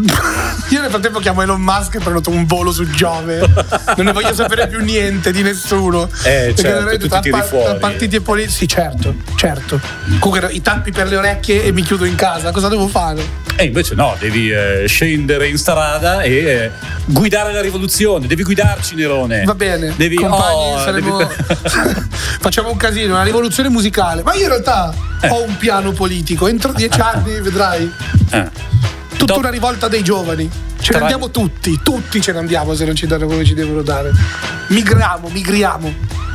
S1: Io nel frattempo chiamo Elon Musk e prenoto un volo su Giove. Non ne voglio sapere più niente di nessuno.
S2: Certo, tu ti tiri fuori.
S1: Partiti e politici. Sì, certo. Comunque i tappi per le orecchie e mi chiudo in casa. Cosa devo fare?
S2: E invece no, devi scendere in strada e guidare la rivoluzione. Devi guidarci, Nerone.
S1: Va bene, compagni, facciamo un casino, una rivoluzione musicale. Ma io in realtà ho un piano politico. Entro 10 anni vedrai tutta una rivolta dei giovani. Ce ne andiamo tutti ce ne andiamo se non ci danno quello che ci devono dare. Migriamo.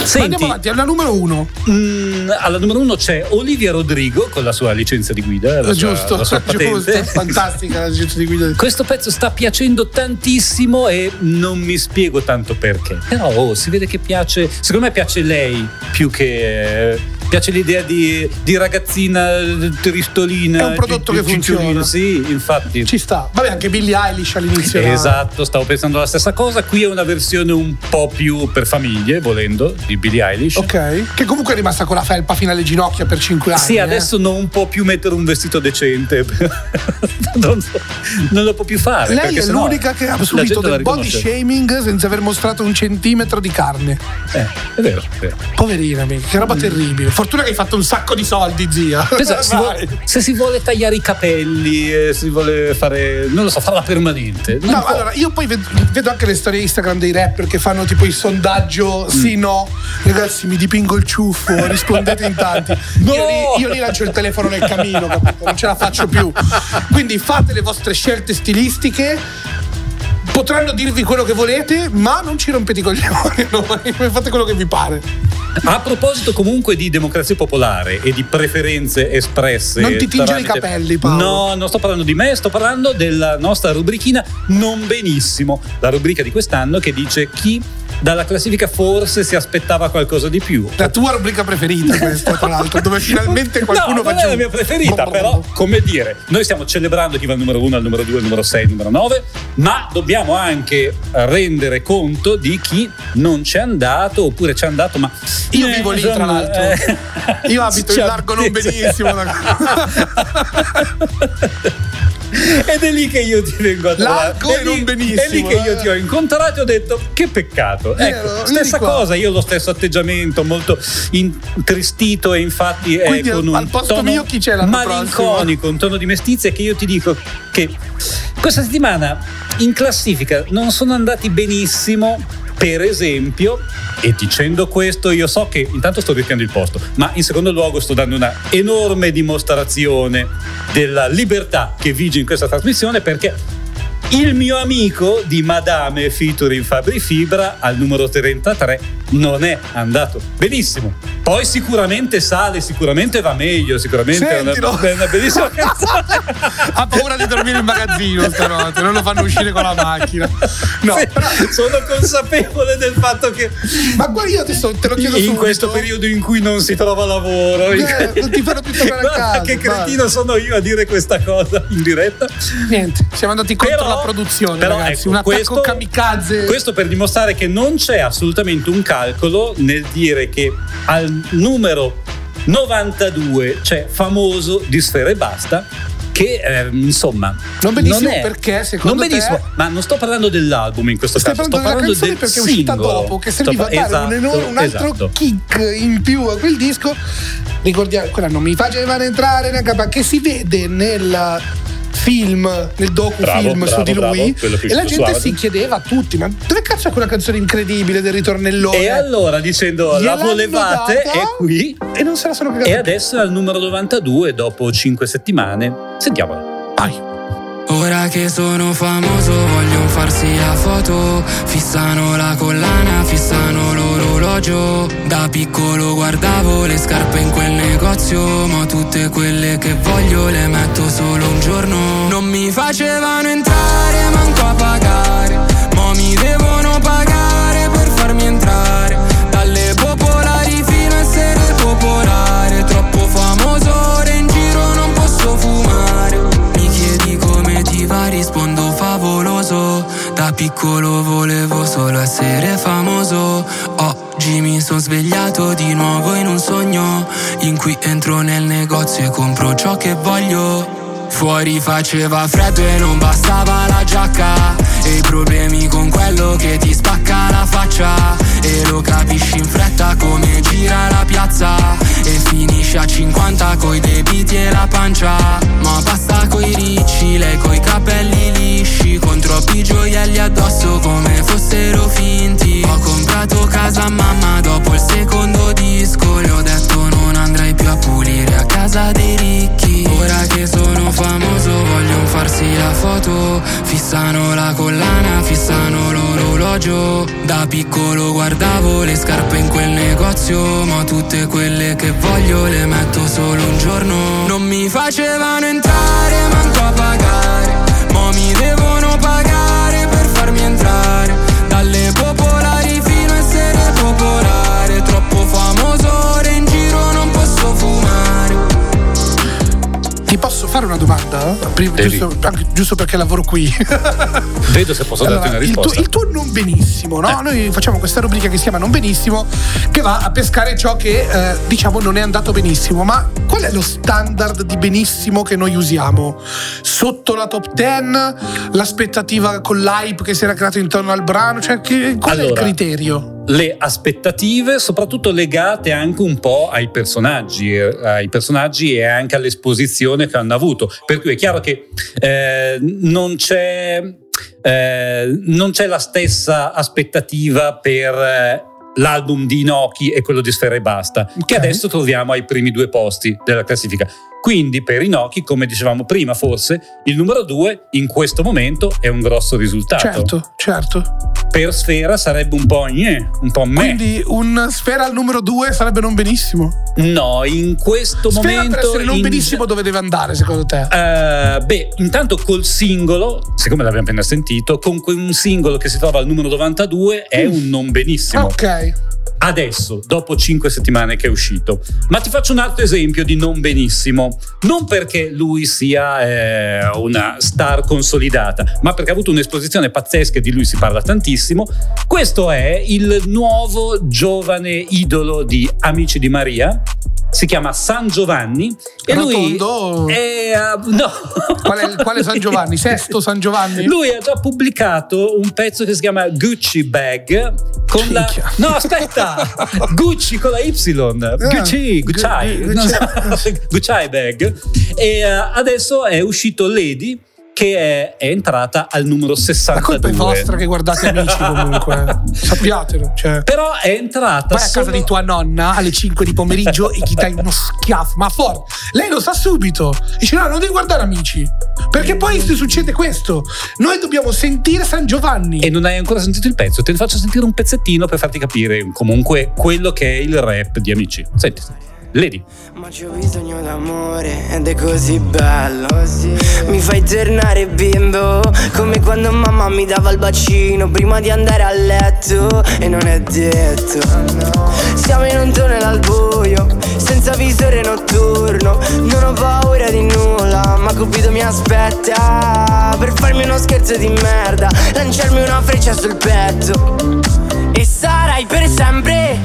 S2: Senti,
S1: andiamo avanti, alla numero 1.
S2: Alla numero 1 c'è Olivia Rodrigo con la sua licenza di guida, la sua patente.
S1: Fantastica la licenza di guida.
S2: Questo pezzo sta piacendo tantissimo e non mi spiego tanto perché. Però si vede che piace, secondo me piace lei più che piace l'idea di ragazzina tristolina.
S1: È un prodotto che funziona.
S2: Sì, infatti.
S1: Ci sta. Vabbè, anche Billie Eilish all'inizio.
S2: Esatto, stavo pensando la stessa cosa. Qui è una versione un po' più per famiglie, volendo, di Billie Eilish.
S1: Ok. Che comunque è rimasta con la felpa fino alle ginocchia per 5 anni.
S2: Sì, adesso non può più mettere un vestito decente. non lo può più fare.
S1: Lei è l'unica che ha subito del body shaming senza aver mostrato un centimetro di carne.
S2: È vero.
S1: Poverina, che roba terribile. Fortuna che hai fatto un sacco di soldi, zia.
S2: Se si vuole tagliare i capelli, si vuole fare, non lo so, farla permanente.
S1: No, allora io poi vedo anche le storie Instagram dei rapper che fanno tipo il sondaggio sì, no, ragazzi mi dipingo il ciuffo, rispondete in tanti. No! Io lì lancio il telefono nel camino, capito? Non ce la faccio più. Quindi fate le vostre scelte stilistiche. Potranno dirvi quello che volete, ma non ci rompete i coglioni, no? Fate quello che vi pare.
S2: A proposito comunque di democrazia popolare e di preferenze espresse,
S1: non ti tingere i capelli, Paolo.
S2: No, non sto parlando di me, sto parlando della nostra rubrichina Non Benissimo, la rubrica di quest'anno che dice chi dalla classifica forse si aspettava qualcosa di più.
S1: La tua rubrica preferita questa, tra l'altro, dove finalmente qualcuno
S2: va giù. Non è la mia preferita, però, come dire, noi stiamo celebrando chi va al numero 1, al numero 2, al numero 6, al numero 9, ma dobbiamo anche rendere conto di chi non c'è andato, oppure c'è andato, ma
S1: io vivo lì, tra l'altro. Io abito in largo non benissimo.
S2: Ed è lì che io ti vengo a trovare.
S1: Largo e non benissimo.
S2: È lì che io ti ho incontrato e ho detto che peccato. Ecco, stessa cosa, io ho lo stesso atteggiamento, molto intristito, e infatti
S1: quindi
S2: con un
S1: al posto
S2: tono
S1: mio chi c'è l'anno
S2: malinconico, un tono di mestizia, che io ti dico che questa settimana in classifica non sono andati benissimo. Per esempio, e dicendo questo io so che intanto sto rischiando il posto, ma in secondo luogo sto dando una enorme dimostrazione della libertà che vige in questa trasmissione, perché il mio amico di Madame featuring Fabri Fibra al numero 33 non è andato benissimo. Poi sicuramente sale, sicuramente va meglio, sicuramente è una bellissima canzone.
S1: Ha paura di dormire in magazzino stanotte, non lo fanno uscire con la macchina. No,
S2: sì, però sono consapevole del fatto che
S1: ma guarda, io adesso te lo chiedo
S2: in questo periodo in cui non si trova lavoro,
S1: non ti fanno più tornare a casa.
S2: Che cretino sono io a dire questa cosa in diretta.
S1: Niente, siamo andati contro la produzione, però, ragazzi, ecco, un attacco kamikaze.
S2: Questo per dimostrare che non c'è assolutamente un calcolo nel dire che al numero 92 c'è Famoso di Sfera Ebbasta, che insomma
S1: non benissimo, non è, perché secondo
S2: non benissimo,
S1: te
S2: ma non sto parlando dell'album in questo caso, sto parlando del
S1: perché
S2: singolo,
S1: è uscita dopo, che serviva a dare un altro kick in più a quel disco. Ricordiamo, quella non mi facevano entrare nella capa, che si vede nel film, nel docufilm su di lui, e la gente si chiedeva a tutti: ma dove cazzo è quella canzone incredibile del ritornellone?
S2: E allora, dicendo la volevate, è qui
S1: e non se la sono cagata.
S2: E adesso è al numero 92 dopo 5 settimane. Sentiamola.
S1: Vai.
S11: Ora che sono famoso voglio farsi la foto, fissano la collana, fissano l'orologio. Da piccolo guardavo le scarpe in quel negozio, ma tutte quelle che voglio le metto solo un giorno. Non mi facevano entrare, manco a pagare, mo mi devono pagare per farmi entrare. Dalle popolari fino a essere popolare, troppo famoso, ora in giro non posso fumare. Mi chiedi come ti va, rispondo favoloso. Da piccolo volevo solo essere famoso. Oggi mi sono svegliato di nuovo in un sogno in cui entro nel negozio e compro ciò che voglio. Fuori faceva freddo e non bastava la giacca, e i problemi con quello che ti spacca la faccia. E lo capisci in fretta come gira la piazza, e finisce a 50 coi debiti e la pancia. Ma basta coi ricci, lei coi capelli lisci, con troppi gioielli addosso come fossero finti. Ho comprato casa a mamma dopo il secondo disco, le ho detto non andrai più a pulire a casa dei ricchi. Ora che sono famoso voglio farsi la foto, fissano la collana, fissano l'orologio. orologio. Da piccolo guardavo le scarpe in quel negozio, ma tutte quelle che voglio le metto solo un giorno. Non mi facevano entrare, manco a pagare, mo mi devono pagare per farmi entrare. Dalle popolari fino a essere popolare, troppo famoso, ora in giro non posso fumare.
S1: Ti posso fare una domanda? Giusto perché lavoro qui.
S2: Vedo se posso darti una risposta.
S1: Il tuo non benissimo, no? Noi facciamo questa rubrica che si chiama Non benissimo, che va a pescare ciò che diciamo non è andato benissimo. Ma qual è lo standard di benissimo che noi usiamo? Sotto la top 10? L'aspettativa con l'hype che si era creato intorno al brano? Cioè, qual è il criterio?
S2: Le aspettative, soprattutto legate anche un po' ai personaggi e anche all'esposizione che hanno avuto. Per cui è chiaro che non c'è la stessa aspettativa per l'album di Inoki e quello di Sfera Ebbasta, che adesso troviamo ai primi 2 posti della classifica. Quindi per Inoki, come dicevamo prima, forse il numero 2 in questo momento è un grosso risultato.
S1: Certo.
S2: Per Sfera sarebbe un po' meh.
S1: Quindi un Sfera al numero 2 sarebbe non benissimo?
S2: No, in questo
S1: Sfera
S2: momento
S1: per essere non benissimo dove deve andare secondo te?
S2: Intanto col singolo, siccome l'abbiamo appena sentito, con un singolo che si trova al numero 92 è un non benissimo.
S1: Ok.
S2: Adesso, dopo 5 settimane che è uscito. Ma ti faccio un altro esempio di non benissimo. Non perché lui sia una star consolidata, ma perché ha avuto un'esposizione pazzesca e di lui si parla tantissimo. Questo è il nuovo giovane idolo di Amici di Maria. Si chiama San Giovanni e
S1: Rotondo?
S2: Lui è no.
S1: Quale San Giovanni? Sesto San Giovanni?
S2: Lui ha già pubblicato un pezzo che si chiama Gucci Bag con no, aspetta, Gucci con la Y, Gucci Bag. E adesso è uscito Lady, che è entrata al numero 62.
S1: La colpa è vostra che guardate Amici, comunque sappiatelo, cioè.
S2: Però è entrata
S1: vai a casa di tua nonna alle 5 di pomeriggio e gli dai uno schiaffo, ma forte. Lei lo sa subito, dice no, non devi guardare Amici, perché poi succede questo, noi dobbiamo sentire San Giovanni.
S2: E non hai ancora sentito il pezzo, te ne faccio sentire un pezzettino per farti capire comunque quello che è il rap di Amici. Senti Lady.
S12: Ma c'ho bisogno d'amore ed è così bello, mi fai tornare bimbo, come quando mamma mi dava il bacino prima di andare a letto. E non è detto, siamo in un tunnel al buio, senza visore notturno, non ho paura di nulla, ma Cupido mi aspetta per farmi uno scherzo di merda, lanciarmi una freccia sul petto. E sarai per sempre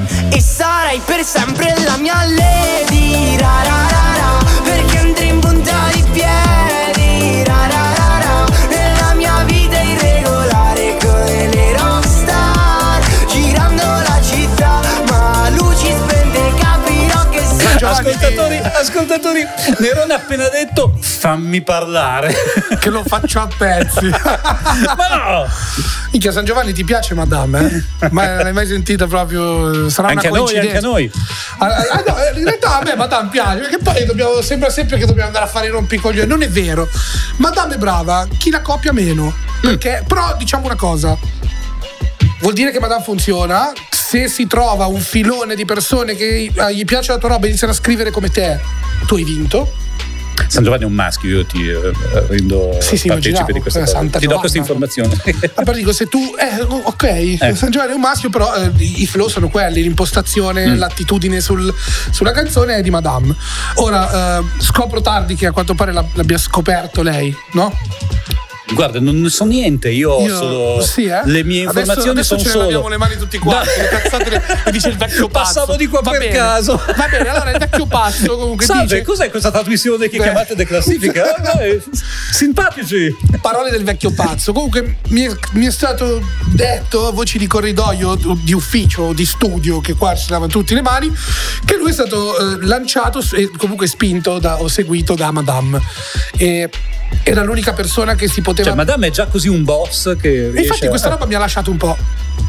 S12: la mia lady, ra ra ra ra, perché andrei in punta di piedi, ra ra ra ra, nella mia vita irregolare come le rockstar, girando la città, ma luci spente capirò che
S2: Ascoltatori, Nerone ha appena detto fammi parlare,
S1: che lo faccio a pezzi.
S2: Ma no!
S1: Minchia, San Giovanni ti piace Madame? Ma l'hai mai sentita proprio? Sarà
S2: anche
S1: una coincidenza.
S2: Anche a noi.
S1: No, in realtà a me Madame piace, perché poi sembra sempre che dobbiamo andare a fare i rompicoglioni. Non è vero. Madame è brava, chi la copia meno. Perché, però diciamo una cosa. Vuol dire che Madame funziona se si trova un filone di persone che gli piace la tua roba e iniziano a scrivere come te. Tu hai vinto.
S2: San Giovanni è un maschio, io ti rendo partecipe di questa cosa. Ti do questa informazione.
S1: Ma dico, se tu San Giovanni è un maschio, però i flow sono quelli, l'impostazione, l'attitudine sulla canzone è di Madame. Ora scopro tardi che a quanto pare l'abbia scoperto lei, no?
S2: Guarda, non ne so niente, io ho solo le mie informazioni.
S1: Adesso
S2: sono
S1: ce
S2: solo.
S1: Ne laviamo le mani tutti quanti, le cazzate le dice il vecchio pazzo.
S2: Passavo di qua per caso.
S1: Va bene, allora il vecchio pazzo comunque
S2: Salve,
S1: dice.
S2: Cos'è questa trasmissione che chiamate The Classifica? Simpatici.
S1: Parole del vecchio pazzo. Comunque mi è stato detto a voci di corridoio, di ufficio, di studio, che qua ci lavano tutti le mani, che lui è stato lanciato e comunque spinto o seguito da Madame. E era l'unica persona che si poteva.
S2: Cioè, Madame è già così un boss che riesce.
S1: Infatti questa roba mi ha lasciato un po'.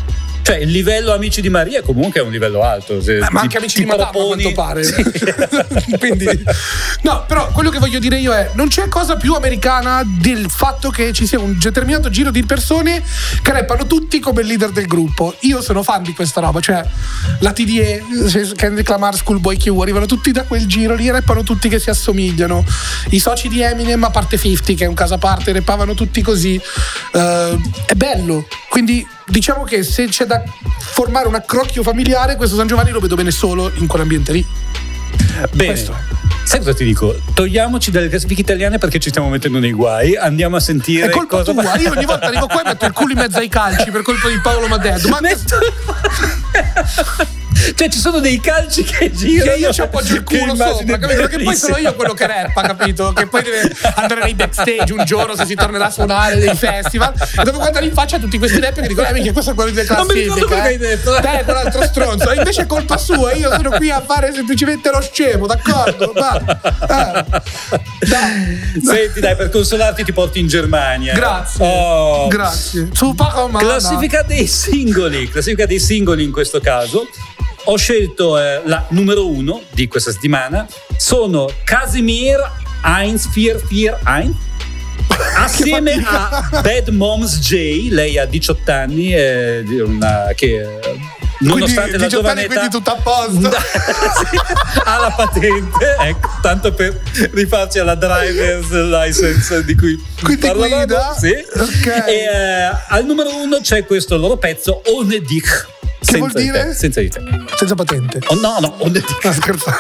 S2: Cioè il livello Amici di Maria comunque è un livello alto.
S1: Ma anche Amici di Madama, a quanto pare. Sì. Quindi, no, però quello che voglio dire io è: non c'è cosa più americana del fatto che ci sia un determinato giro di persone che rappano tutti come il leader del gruppo. Io sono fan di questa roba, cioè la TDE, Kendrick Lamar, Schoolboy Q, arrivano tutti da quel giro lì, rappano tutti che si assomigliano. I soci di Eminem, a parte 50 che è un caso a parte, rappavano tutti così. È bello, quindi diciamo che se c'è da formare un accrocchio familiare, questo San Giovanni lo vedo bene solo in quell'ambiente lì.
S2: Bene.
S1: Questo è.
S2: Sai cosa ti dico? Togliamoci dalle classifiche italiane perché ci stiamo mettendo nei guai. Andiamo a sentire.
S1: È colpa
S2: cosa
S1: tua. Io ogni volta arrivo qua e metto il culo in mezzo ai calci per colpa di Paolo Madeddu. Ma
S2: cioè ci sono dei calci che girano,
S1: che io ci appoggio il culo sopra, capito? Che poi sono io quello che rappa, capito? Che poi deve andare nei backstage un giorno se si tornerà a suonare dei festival e dopo guardare in faccia a tutti questi rapper che dicono minchia, questo è quello di classifica. Non mi ricordo quello che hai detto. Te è quell'altro stronzo. Invece è colpa sua, io sono qui a fare semplicemente lo scemo, d'accordo?
S2: Senti, dai, per consolarti ti porti in Germania.
S1: Grazie. Grazie.
S2: Classifica dei singoli in questo caso. Ho scelto la numero 1 di questa settimana. Sono Casimir Heinz Fear Heinz assieme a Bad Moms J. Lei ha 18 anni, nonostante la giovane età,
S1: quindi tutto a posto.
S2: ha la patente, ecco, tanto per rifarci alla driver's license di cui parlavamo. Sì. Okay. E al numero 1 c'è questo loro pezzo Ohne dich.
S1: Che vuol dire?
S2: Senza di te.
S1: Senza patente.
S2: Oh no, Ohne dich.
S1: Non scherzare.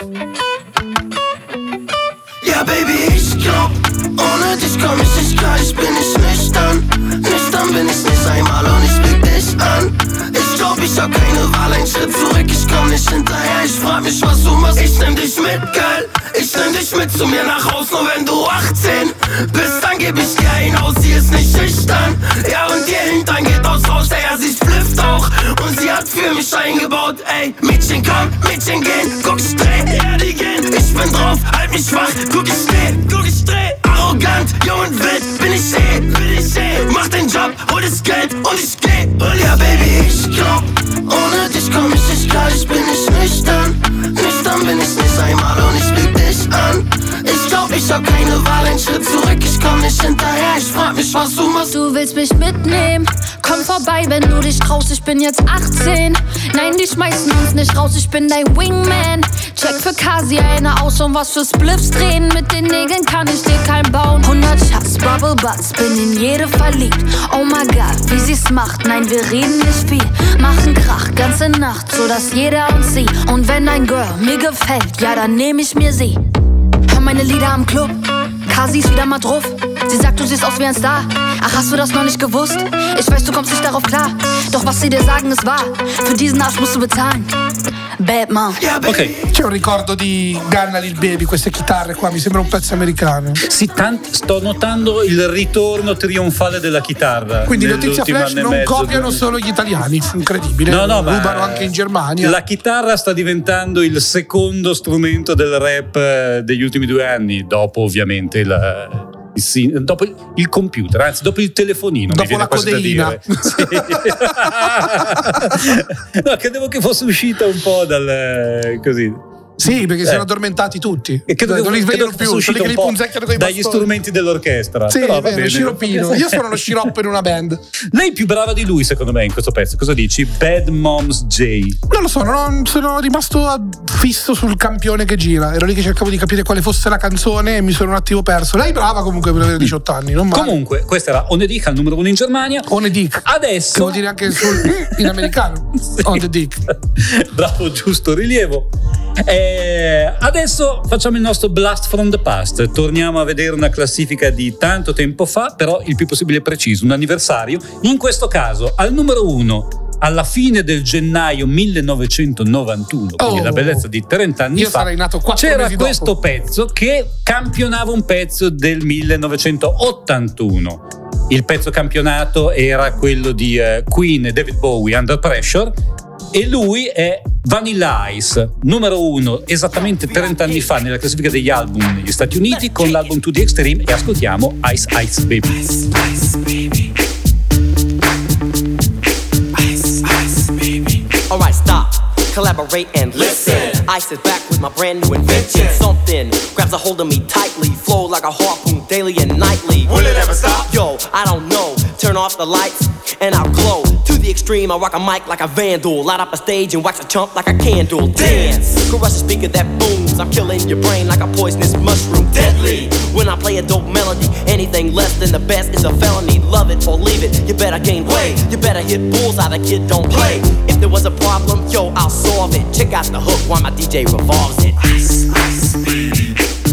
S13: Ja, Baby, ich glaub, ohne dich komm ich nicht klar, ich bin nicht nüchtern. Nüchtern bin ich nicht einmal und ich blick dich an. Ich glaub, ich hab keine Wahl, ein Schritt zurück, ich komm nicht hinterher. Ich frag mich, was du machst, ich nehm dich mit, geil. Ich nehm dich mit zu mir nach Haus, nur wenn du 18 bist, dann geb ich dir ein Haus, sie ist nicht schüchtern. Ja, und ihr Hintern geht aus raus, ey, sie flifft auch. Und sie hat für mich eingebaut, ey. Mädchen komm, Mädchen gehen, guck ich dreh, ja, die gehen. Ich bin drauf, halt mich wach, guck ich dreh. Arrogant, jung und wild, bin ich mach den Job, hol das Geld und ich geh. Und ja, Baby, ich glaub, ohne dich komm ich nicht klar, ich bin nicht nüchtern. Nüchtern bin ich nicht einmal und ich lüg dich an. Ich glaub, ich hab keine Wahl, ein Schritt zurück, ich komm nicht hinterher. Ich frag mich, was du machst.
S14: Du willst mich mitnehmen, komm vorbei, wenn du dich traust, ich bin jetzt 18. Nein, die schmeißen uns nicht raus, ich bin dein Wingman. Check für Kasi eine aus und was für Spliffs drehen. Mit den Nägeln kann ich dir kein bauen. 100 Shots, Bubble Butts, bin in jede verliebt. Oh my God, wie sie's macht, nein, wir reden nicht viel. Machen Krach, ganze Nacht, so dass jeder uns sieht. Und wenn ein Girl mir gefällt, ja, dann nehm ich mir sie. Hör meine Lieder am Club, Kasi ist wieder mal drauf. Sie sagt, du siehst aus wie ein Star. Ach, hast du das noch nicht gewusst? Ich weiß, du kommst nicht darauf klar. Doch was sie dir sagen, ist wahr. Für diesen Arsch musst du bezahlen. Bad Mom.
S1: Ok. C'è un ricordo di Gunna Lil Baby, queste chitarre qua, mi sembra un pezzo americano.
S2: Sì, sto notando il ritorno trionfale della chitarra.
S1: Quindi Notizia Flash non copiano solo gli italiani, incredibile.
S2: No,
S1: rubano anche in Germania.
S2: La chitarra sta diventando il secondo strumento del rap degli ultimi 2 anni, dopo ovviamente dopo il computer, anzi dopo il telefonino,
S1: dopo la codeina.
S2: Sì. No, credevo che fosse uscita un po' dal così.
S1: Sì, perché si sono addormentati tutti.
S2: E credo
S1: non li svegliano più,
S2: uscito un po' dagli strumenti dell'orchestra.
S1: Sì,
S2: però
S1: va bene, sciroppino. Io sono lo sciroppo in una band.
S2: Lei è più brava di lui, secondo me, in questo pezzo. Cosa dici? Bad Moms J.
S1: Non lo so, sono rimasto fisso sul campione che gira. Ero lì che cercavo di capire quale fosse la canzone e mi sono un attimo perso. Lei è brava comunque per avere 18 anni, non male.
S2: Comunque, questa era Ohne dich al numero 1 in Germania.
S1: Ohne dich.
S2: Adesso,
S1: che vuol dire anche in americano. Sì. Ohne dich.
S2: Bravo, giusto rilievo. Adesso facciamo il nostro Blast from the Past. Torniamo a vedere una classifica di tanto tempo fa, però il più possibile preciso, un anniversario. In questo caso al numero 1 alla fine del gennaio 1991, quindi la bellezza di 30 anni
S1: io
S2: fa,
S1: sarei nato 4
S2: c'era
S1: mesi
S2: questo
S1: dopo.
S2: pezzo che campionava un pezzo del 1981. Il pezzo campionato era quello di Queen e David Bowie, Under Pressure, e lui è Vanilla Ice, numero 1 esattamente 30 anni fa nella classifica degli album negli Stati Uniti con l'album To The Extreme, e ascoltiamo Ice Ice Baby.
S13: Ice, ice, baby. Ice, ice.
S15: collaborate and listen. I sit back with my brand new invention. Something grabs a hold of me tightly, flow like a harpoon daily and nightly. Will it ever stop? Yo, I don't know. Turn off the lights and I'll glow. To the extreme, I rock a mic like a vandal. Light up a stage and wax a chump like a candle. Dance, crush a speaker that booms. I'm killing your brain like a poisonous mushroom. Deadly, when I play a dope melody. Anything less than the best is a felony. Love it or leave it, you better gain weight. You better hit bullseye, the kid don't play. If there was a problem, yo, I'll solve it. Check out the hook while my DJ revolves it. Ice, ice, baby.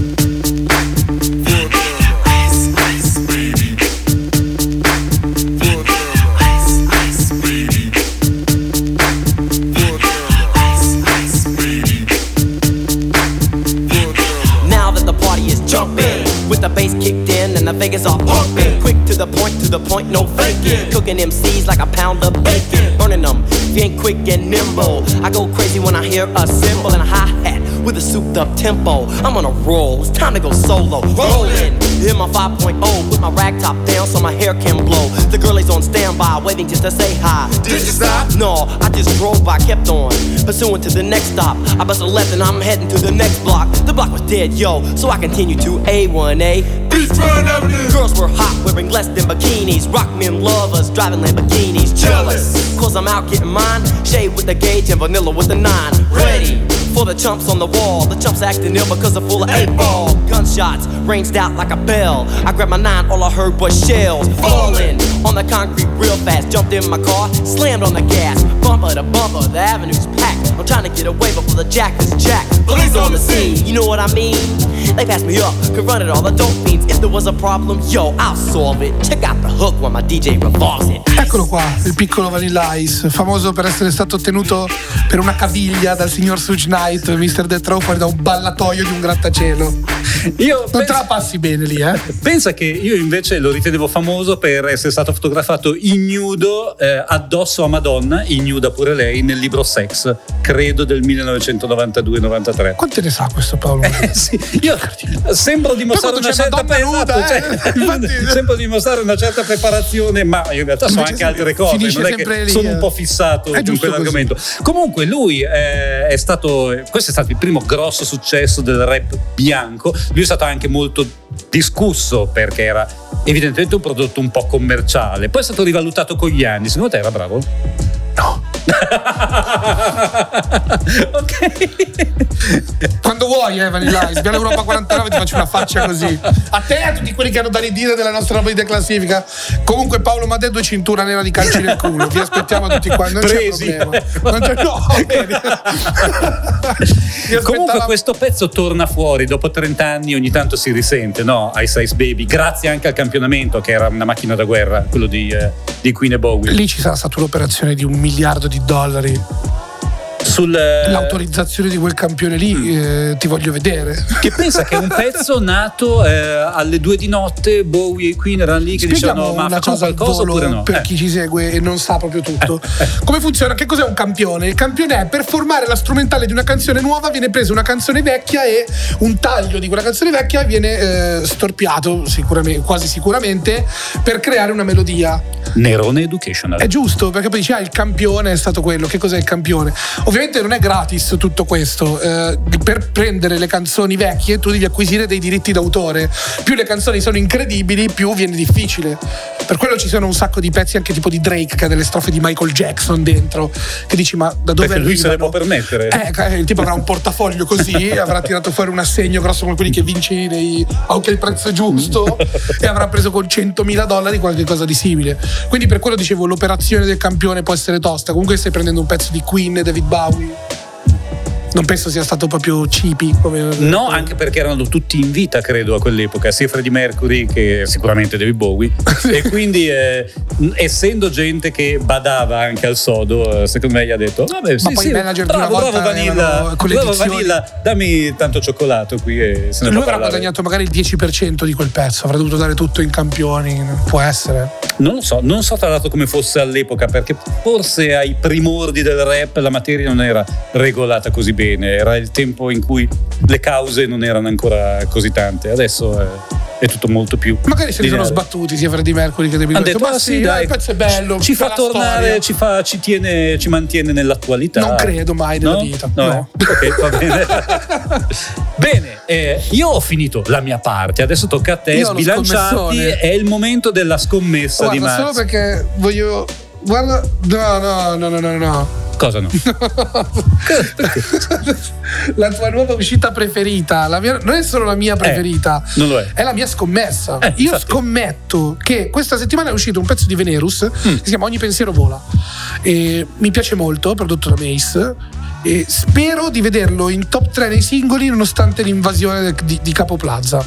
S15: With the bass kicked in and the Vegas all pumping. Quick to the point, no faking. Cooking MCs like a pound of bacon. Burning them, if you ain't quick and nimble. I go crazy when I hear a cymbal and a hi-hat with a souped up tempo. I'm on a roll, it's time to go solo. Rollin', hit my 5.0, put my rag top down so my hair can blow. The girlie's on standby, waiting just to say hi. Did you stop? No, I just drove by, kept on pursuing to the next stop. I bust a left and I'm heading to the next block. The block was dead, yo, so I continue to A1A. Beachfront Avenue. Girls were hot, wearing less than bikinis. Rock men lovers, driving Lamborghinis. Jealous, cause I'm out getting mine. Shade with the gauge and vanilla with the 9. Ready for the chumps on the wall. The chumps acting ill because they're full of 8-ball. Gunshots ranged out like a bell. I grabbed my 9, all I heard was shells falling on the concrete real fast. Jumped in my car, slammed on the gas. Bumper to bumper, the avenue's packed. I'm trying to get away before the jack is jacked. Police on the scene, you know what I mean? They passed me up, could run it all, the dope fiends. If there was a problem, yo, I'll solve it. Check out the hook while my DJ revolves it.
S1: Eccolo qua, il piccolo Vanilla Ice, famoso per essere stato ottenuto per una caviglia dal signor Suge Knight, Mr. Death Row, fuori da un ballatoio di un grattacielo. Non te la passi bene lì, eh?
S2: Pensa che io invece lo ritenevo famoso per essere stato fotografato ignudo addosso a Madonna, ignuda pure lei, nel libro Sex, credo del 1992-93.
S1: Quante ne sa questo Paolo?
S2: Sì, io sembro dimostrare una certa sembro dimostrare una certa preparazione, ma in realtà so anche altre cose, non è che lì, sono un po' fissato con quell'argomento. Così. Comunque lui è stato, questo è stato il primo grosso successo del rap bianco. Lui è stato anche molto discusso perché era evidentemente un prodotto un po' commerciale, poi è stato rivalutato con gli anni. Secondo te era bravo?
S1: No.
S2: Ok.
S1: Quando vuoi, Vanilla Ice, Piano Europa 49 ti faccio una faccia così. A te e a tutti quelli che hanno da ridire della nostra roba di declassifica. Comunque Paolo Madè 2 cintura nera di calci nel culo. Vi aspettiamo tutti qua. Non
S2: Presi.
S1: c'è problema.
S2: Comunque questo pezzo torna fuori dopo 30 anni, ogni tanto si risente, no? Ice Ice Baby, grazie anche al campionamento che era una macchina da guerra, quello di Queen e Bowie.
S1: Lì ci sarà stata un'operazione di $1 miliardo l'autorizzazione di quel campione lì. Ti voglio vedere.
S2: Che pensa che è un pezzo nato alle 2 di notte, Bowie e Queen erano lì che dicevano ma facciamo qualcosa oppure no?
S1: Per chi ci segue e non sa proprio tutto. Come funziona? Che cos'è un campione? Il campione è, per formare la strumentale di una canzone nuova viene presa una canzone vecchia e un taglio di quella canzone vecchia viene storpiato quasi sicuramente per creare una melodia.
S2: Nerone Educational.
S1: È giusto, perché poi dici il campione è stato quello. Che cos'è il campione? Ovviamente non è gratis tutto questo. Per prendere le canzoni vecchie tu devi acquisire dei diritti d'autore. Più le canzoni sono incredibili, più viene difficile. Per quello ci sono un sacco di pezzi anche tipo di Drake che ha delle strofe di Michael Jackson dentro, che dici ma da dove
S2: perché lui se le può permettere.
S1: Il tipo avrà un portafoglio così, avrà tirato fuori un assegno grosso come quelli che vinci anche il prezzo giusto e avrà preso con $100.000 qualche cosa di simile. Quindi per quello dicevo l'operazione del campione può essere tosta. Comunque stai prendendo un pezzo di Queen e David Bowie. Non penso sia stato proprio cheapy
S2: no, anche perché erano tutti in vita credo a quell'epoca, sia Freddie Mercury che sicuramente David Bowie. E quindi essendo gente che badava anche al sodo, secondo me gli ha detto vabbè sì, bravo Vanilla, dammi tanto cioccolato qui e se ne
S1: lui avrà guadagnato magari il 10% di quel pezzo, avrà dovuto dare tutto in campioni, può essere,
S2: non lo so tra l'altro come fosse all'epoca, perché forse ai primordi del rap la materia non era regolata così bene. Era il tempo in cui le cause non erano ancora così tante. Adesso è tutto molto più
S1: magari se li sono
S2: lineare.
S1: sbattuti sia Freddie Mercury che David
S2: Hanno detto,
S1: ma sì,
S2: dai,
S1: il pezzo è bello,
S2: ci fa tornare, ci mantiene nell'attualità.
S1: Non credo mai nella
S2: no?
S1: vita.
S2: No. Ok, va bene. Bene, io ho finito la mia parte, adesso tocca a te
S1: Io ho lo
S2: sbilanciarti,
S1: scommessone.
S2: è il momento della scommessa di Max.
S1: Solo perché voglio guarda no.
S2: Cosa no?
S1: La tua nuova uscita preferita, la mia, non è solo la mia preferita,
S2: non lo è
S1: la mia scommessa. Io
S2: infatti.
S1: Scommetto che questa settimana è uscito un pezzo di Venerus che si chiama Ogni pensiero vola, e mi piace molto, prodotto da Mace, e spero di vederlo in top 3 nei singoli nonostante l'invasione di Capo Plaza.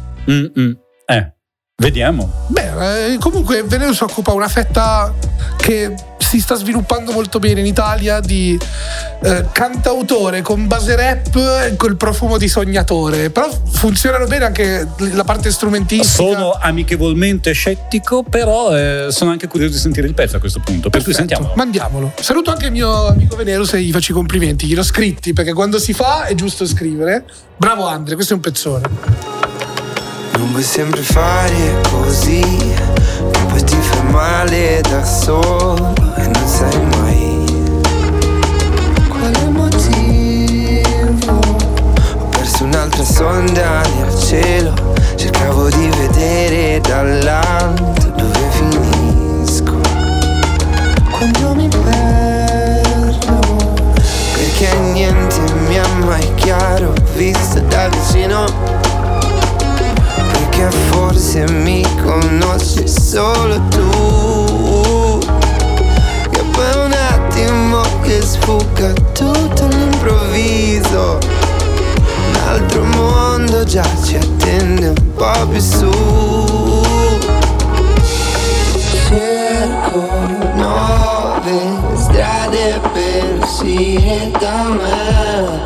S2: Vediamo.
S1: Beh, comunque Venerus occupa una fetta che si sta sviluppando molto bene in Italia di cantautore con base rap e col profumo di sognatore, però funzionano bene anche la parte strumentistica.
S2: Sono amichevolmente scettico, però sono anche curioso di sentire il pezzo a questo punto. Per cui sentiamo.
S1: Mandiamolo. Saluto anche il mio amico Venerus e gli faccio i complimenti. Gli ho scritti perché quando si fa è giusto scrivere. Bravo Andre, questo è un pezzone.
S4: Non vuoi sempre fare così, che poi ti fai male da solo e non sai mai quale motivo. Ho perso un'altra sonda nel cielo, cercavo di vedere dall'alto dove finisco quando mi perdo, perché niente mi è mai chiaro visto da vicino. Che forse mi conosci solo tu, che poi un attimo che sfugga tutto all'improvviso, un altro mondo già ci attende un po' più su. Cerco nuove strade per uscire da me.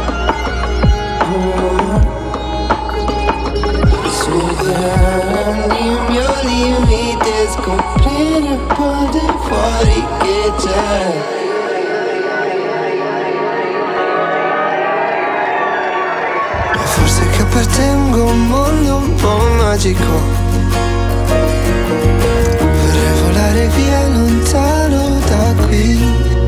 S4: Il mio limite, scoprire poi di fuori che c'è. Ma forse che appartengo a un mondo un po' magico. Vorrei volare via lontano da qui,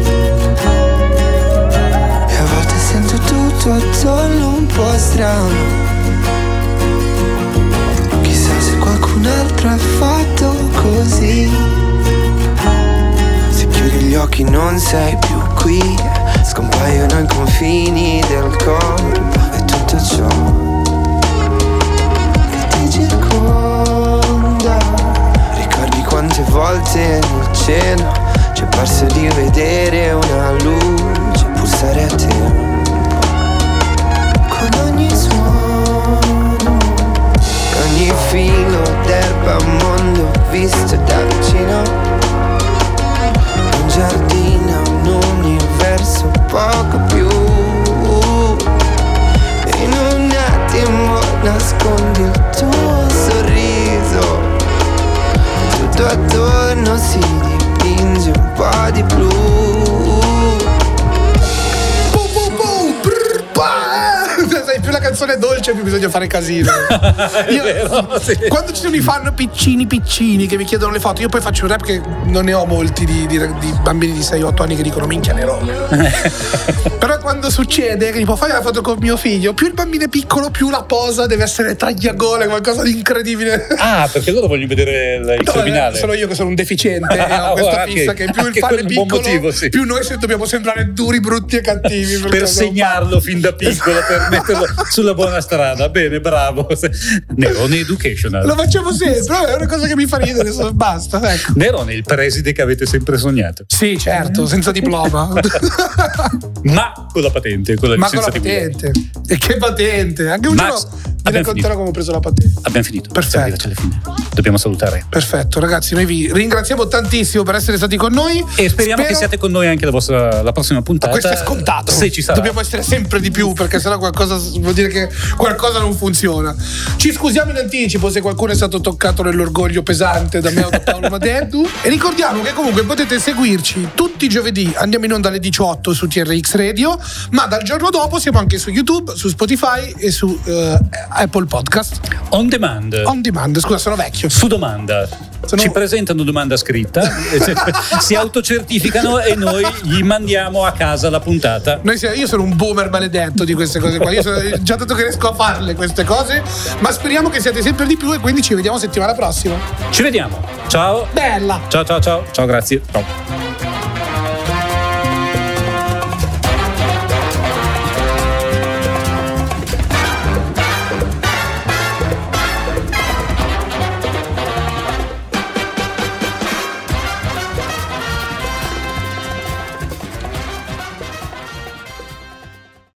S4: e a volte sento tutto attorno un po' strano. Qualcun altro ha fatto così. Se chiudi gli occhi non sei più qui, scompaiono i confini del corpo e tutto ciò che ti circonda. Ricordi quante volte nel cielo ci è parso di vedere una luce pulsare a tempo, con ogni suono, ogni filo d'erba mondo visto da vicino. Un giardino, un universo poco più, e in un attimo nascondi il tuo sorriso, tutto attorno si dipinge un po' di blu.
S1: Sai, più la canzone è dolce più bisogna fare casino. Quando ci sono i fan piccini che mi chiedono le foto, io poi faccio un rap che non ne ho molti di bambini di 6-8 anni che dicono minchia Nerone. Però quando succede che mi può fare la foto con mio figlio, più il bambino è piccolo più la posa deve essere tagliagole, qualcosa di incredibile.
S2: Perché loro vogliono vedere il criminale.
S1: Sono io che sono un deficiente e ho questa fissa che più il fan è piccolo
S2: motivo, sì.
S1: più noi dobbiamo sembrare duri, brutti e cattivi
S2: per segnarlo fin da piccolo, per metterlo sulla buona strada. Bene, bravo. Nerone Educational.
S1: Lo facciamo sempre, è una cosa che mi fa ridere, basta, ecco.
S2: Nerone, il preside che avete sempre sognato.
S1: Sì, certo, senza diploma.
S2: Ma con la patente, con la licenza di guida.
S1: E che patente? Anche un giorno vi racconterò come ho preso la patente.
S2: Abbiamo finito.
S1: Perfetto.
S2: Dobbiamo salutare.
S1: Perfetto, ragazzi, noi vi ringraziamo tantissimo per essere stati con noi
S2: e speriamo che siate con noi anche la prossima puntata.
S1: Questo è scontato.
S2: Se ci sarà.
S1: Dobbiamo essere sempre di più, perché sennò qualcosa vuol dire che qualcosa non funziona. Ci scusiamo in anticipo se qualcuno è stato toccato nell'orgoglio pesante da me o da Paolo Madeddu, e ricordiamo che comunque potete seguirci tutti i giovedì, andiamo in onda alle 18 su TRX Radio, ma dal giorno dopo siamo anche su YouTube, su Spotify e su Apple Podcast.
S2: On demand,
S1: scusa, sono vecchio.
S2: Su domanda. Ci presentano domanda scritta, si autocertificano e noi gli mandiamo a casa la puntata.
S1: Io sono un boomer maledetto di queste cose qua. Io sono già tanto che riesco a farle queste cose, ma speriamo che siate sempre di più e quindi ci vediamo settimana prossima.
S2: Ci vediamo. Ciao.
S1: Bella.
S2: Ciao, grazie. Ciao.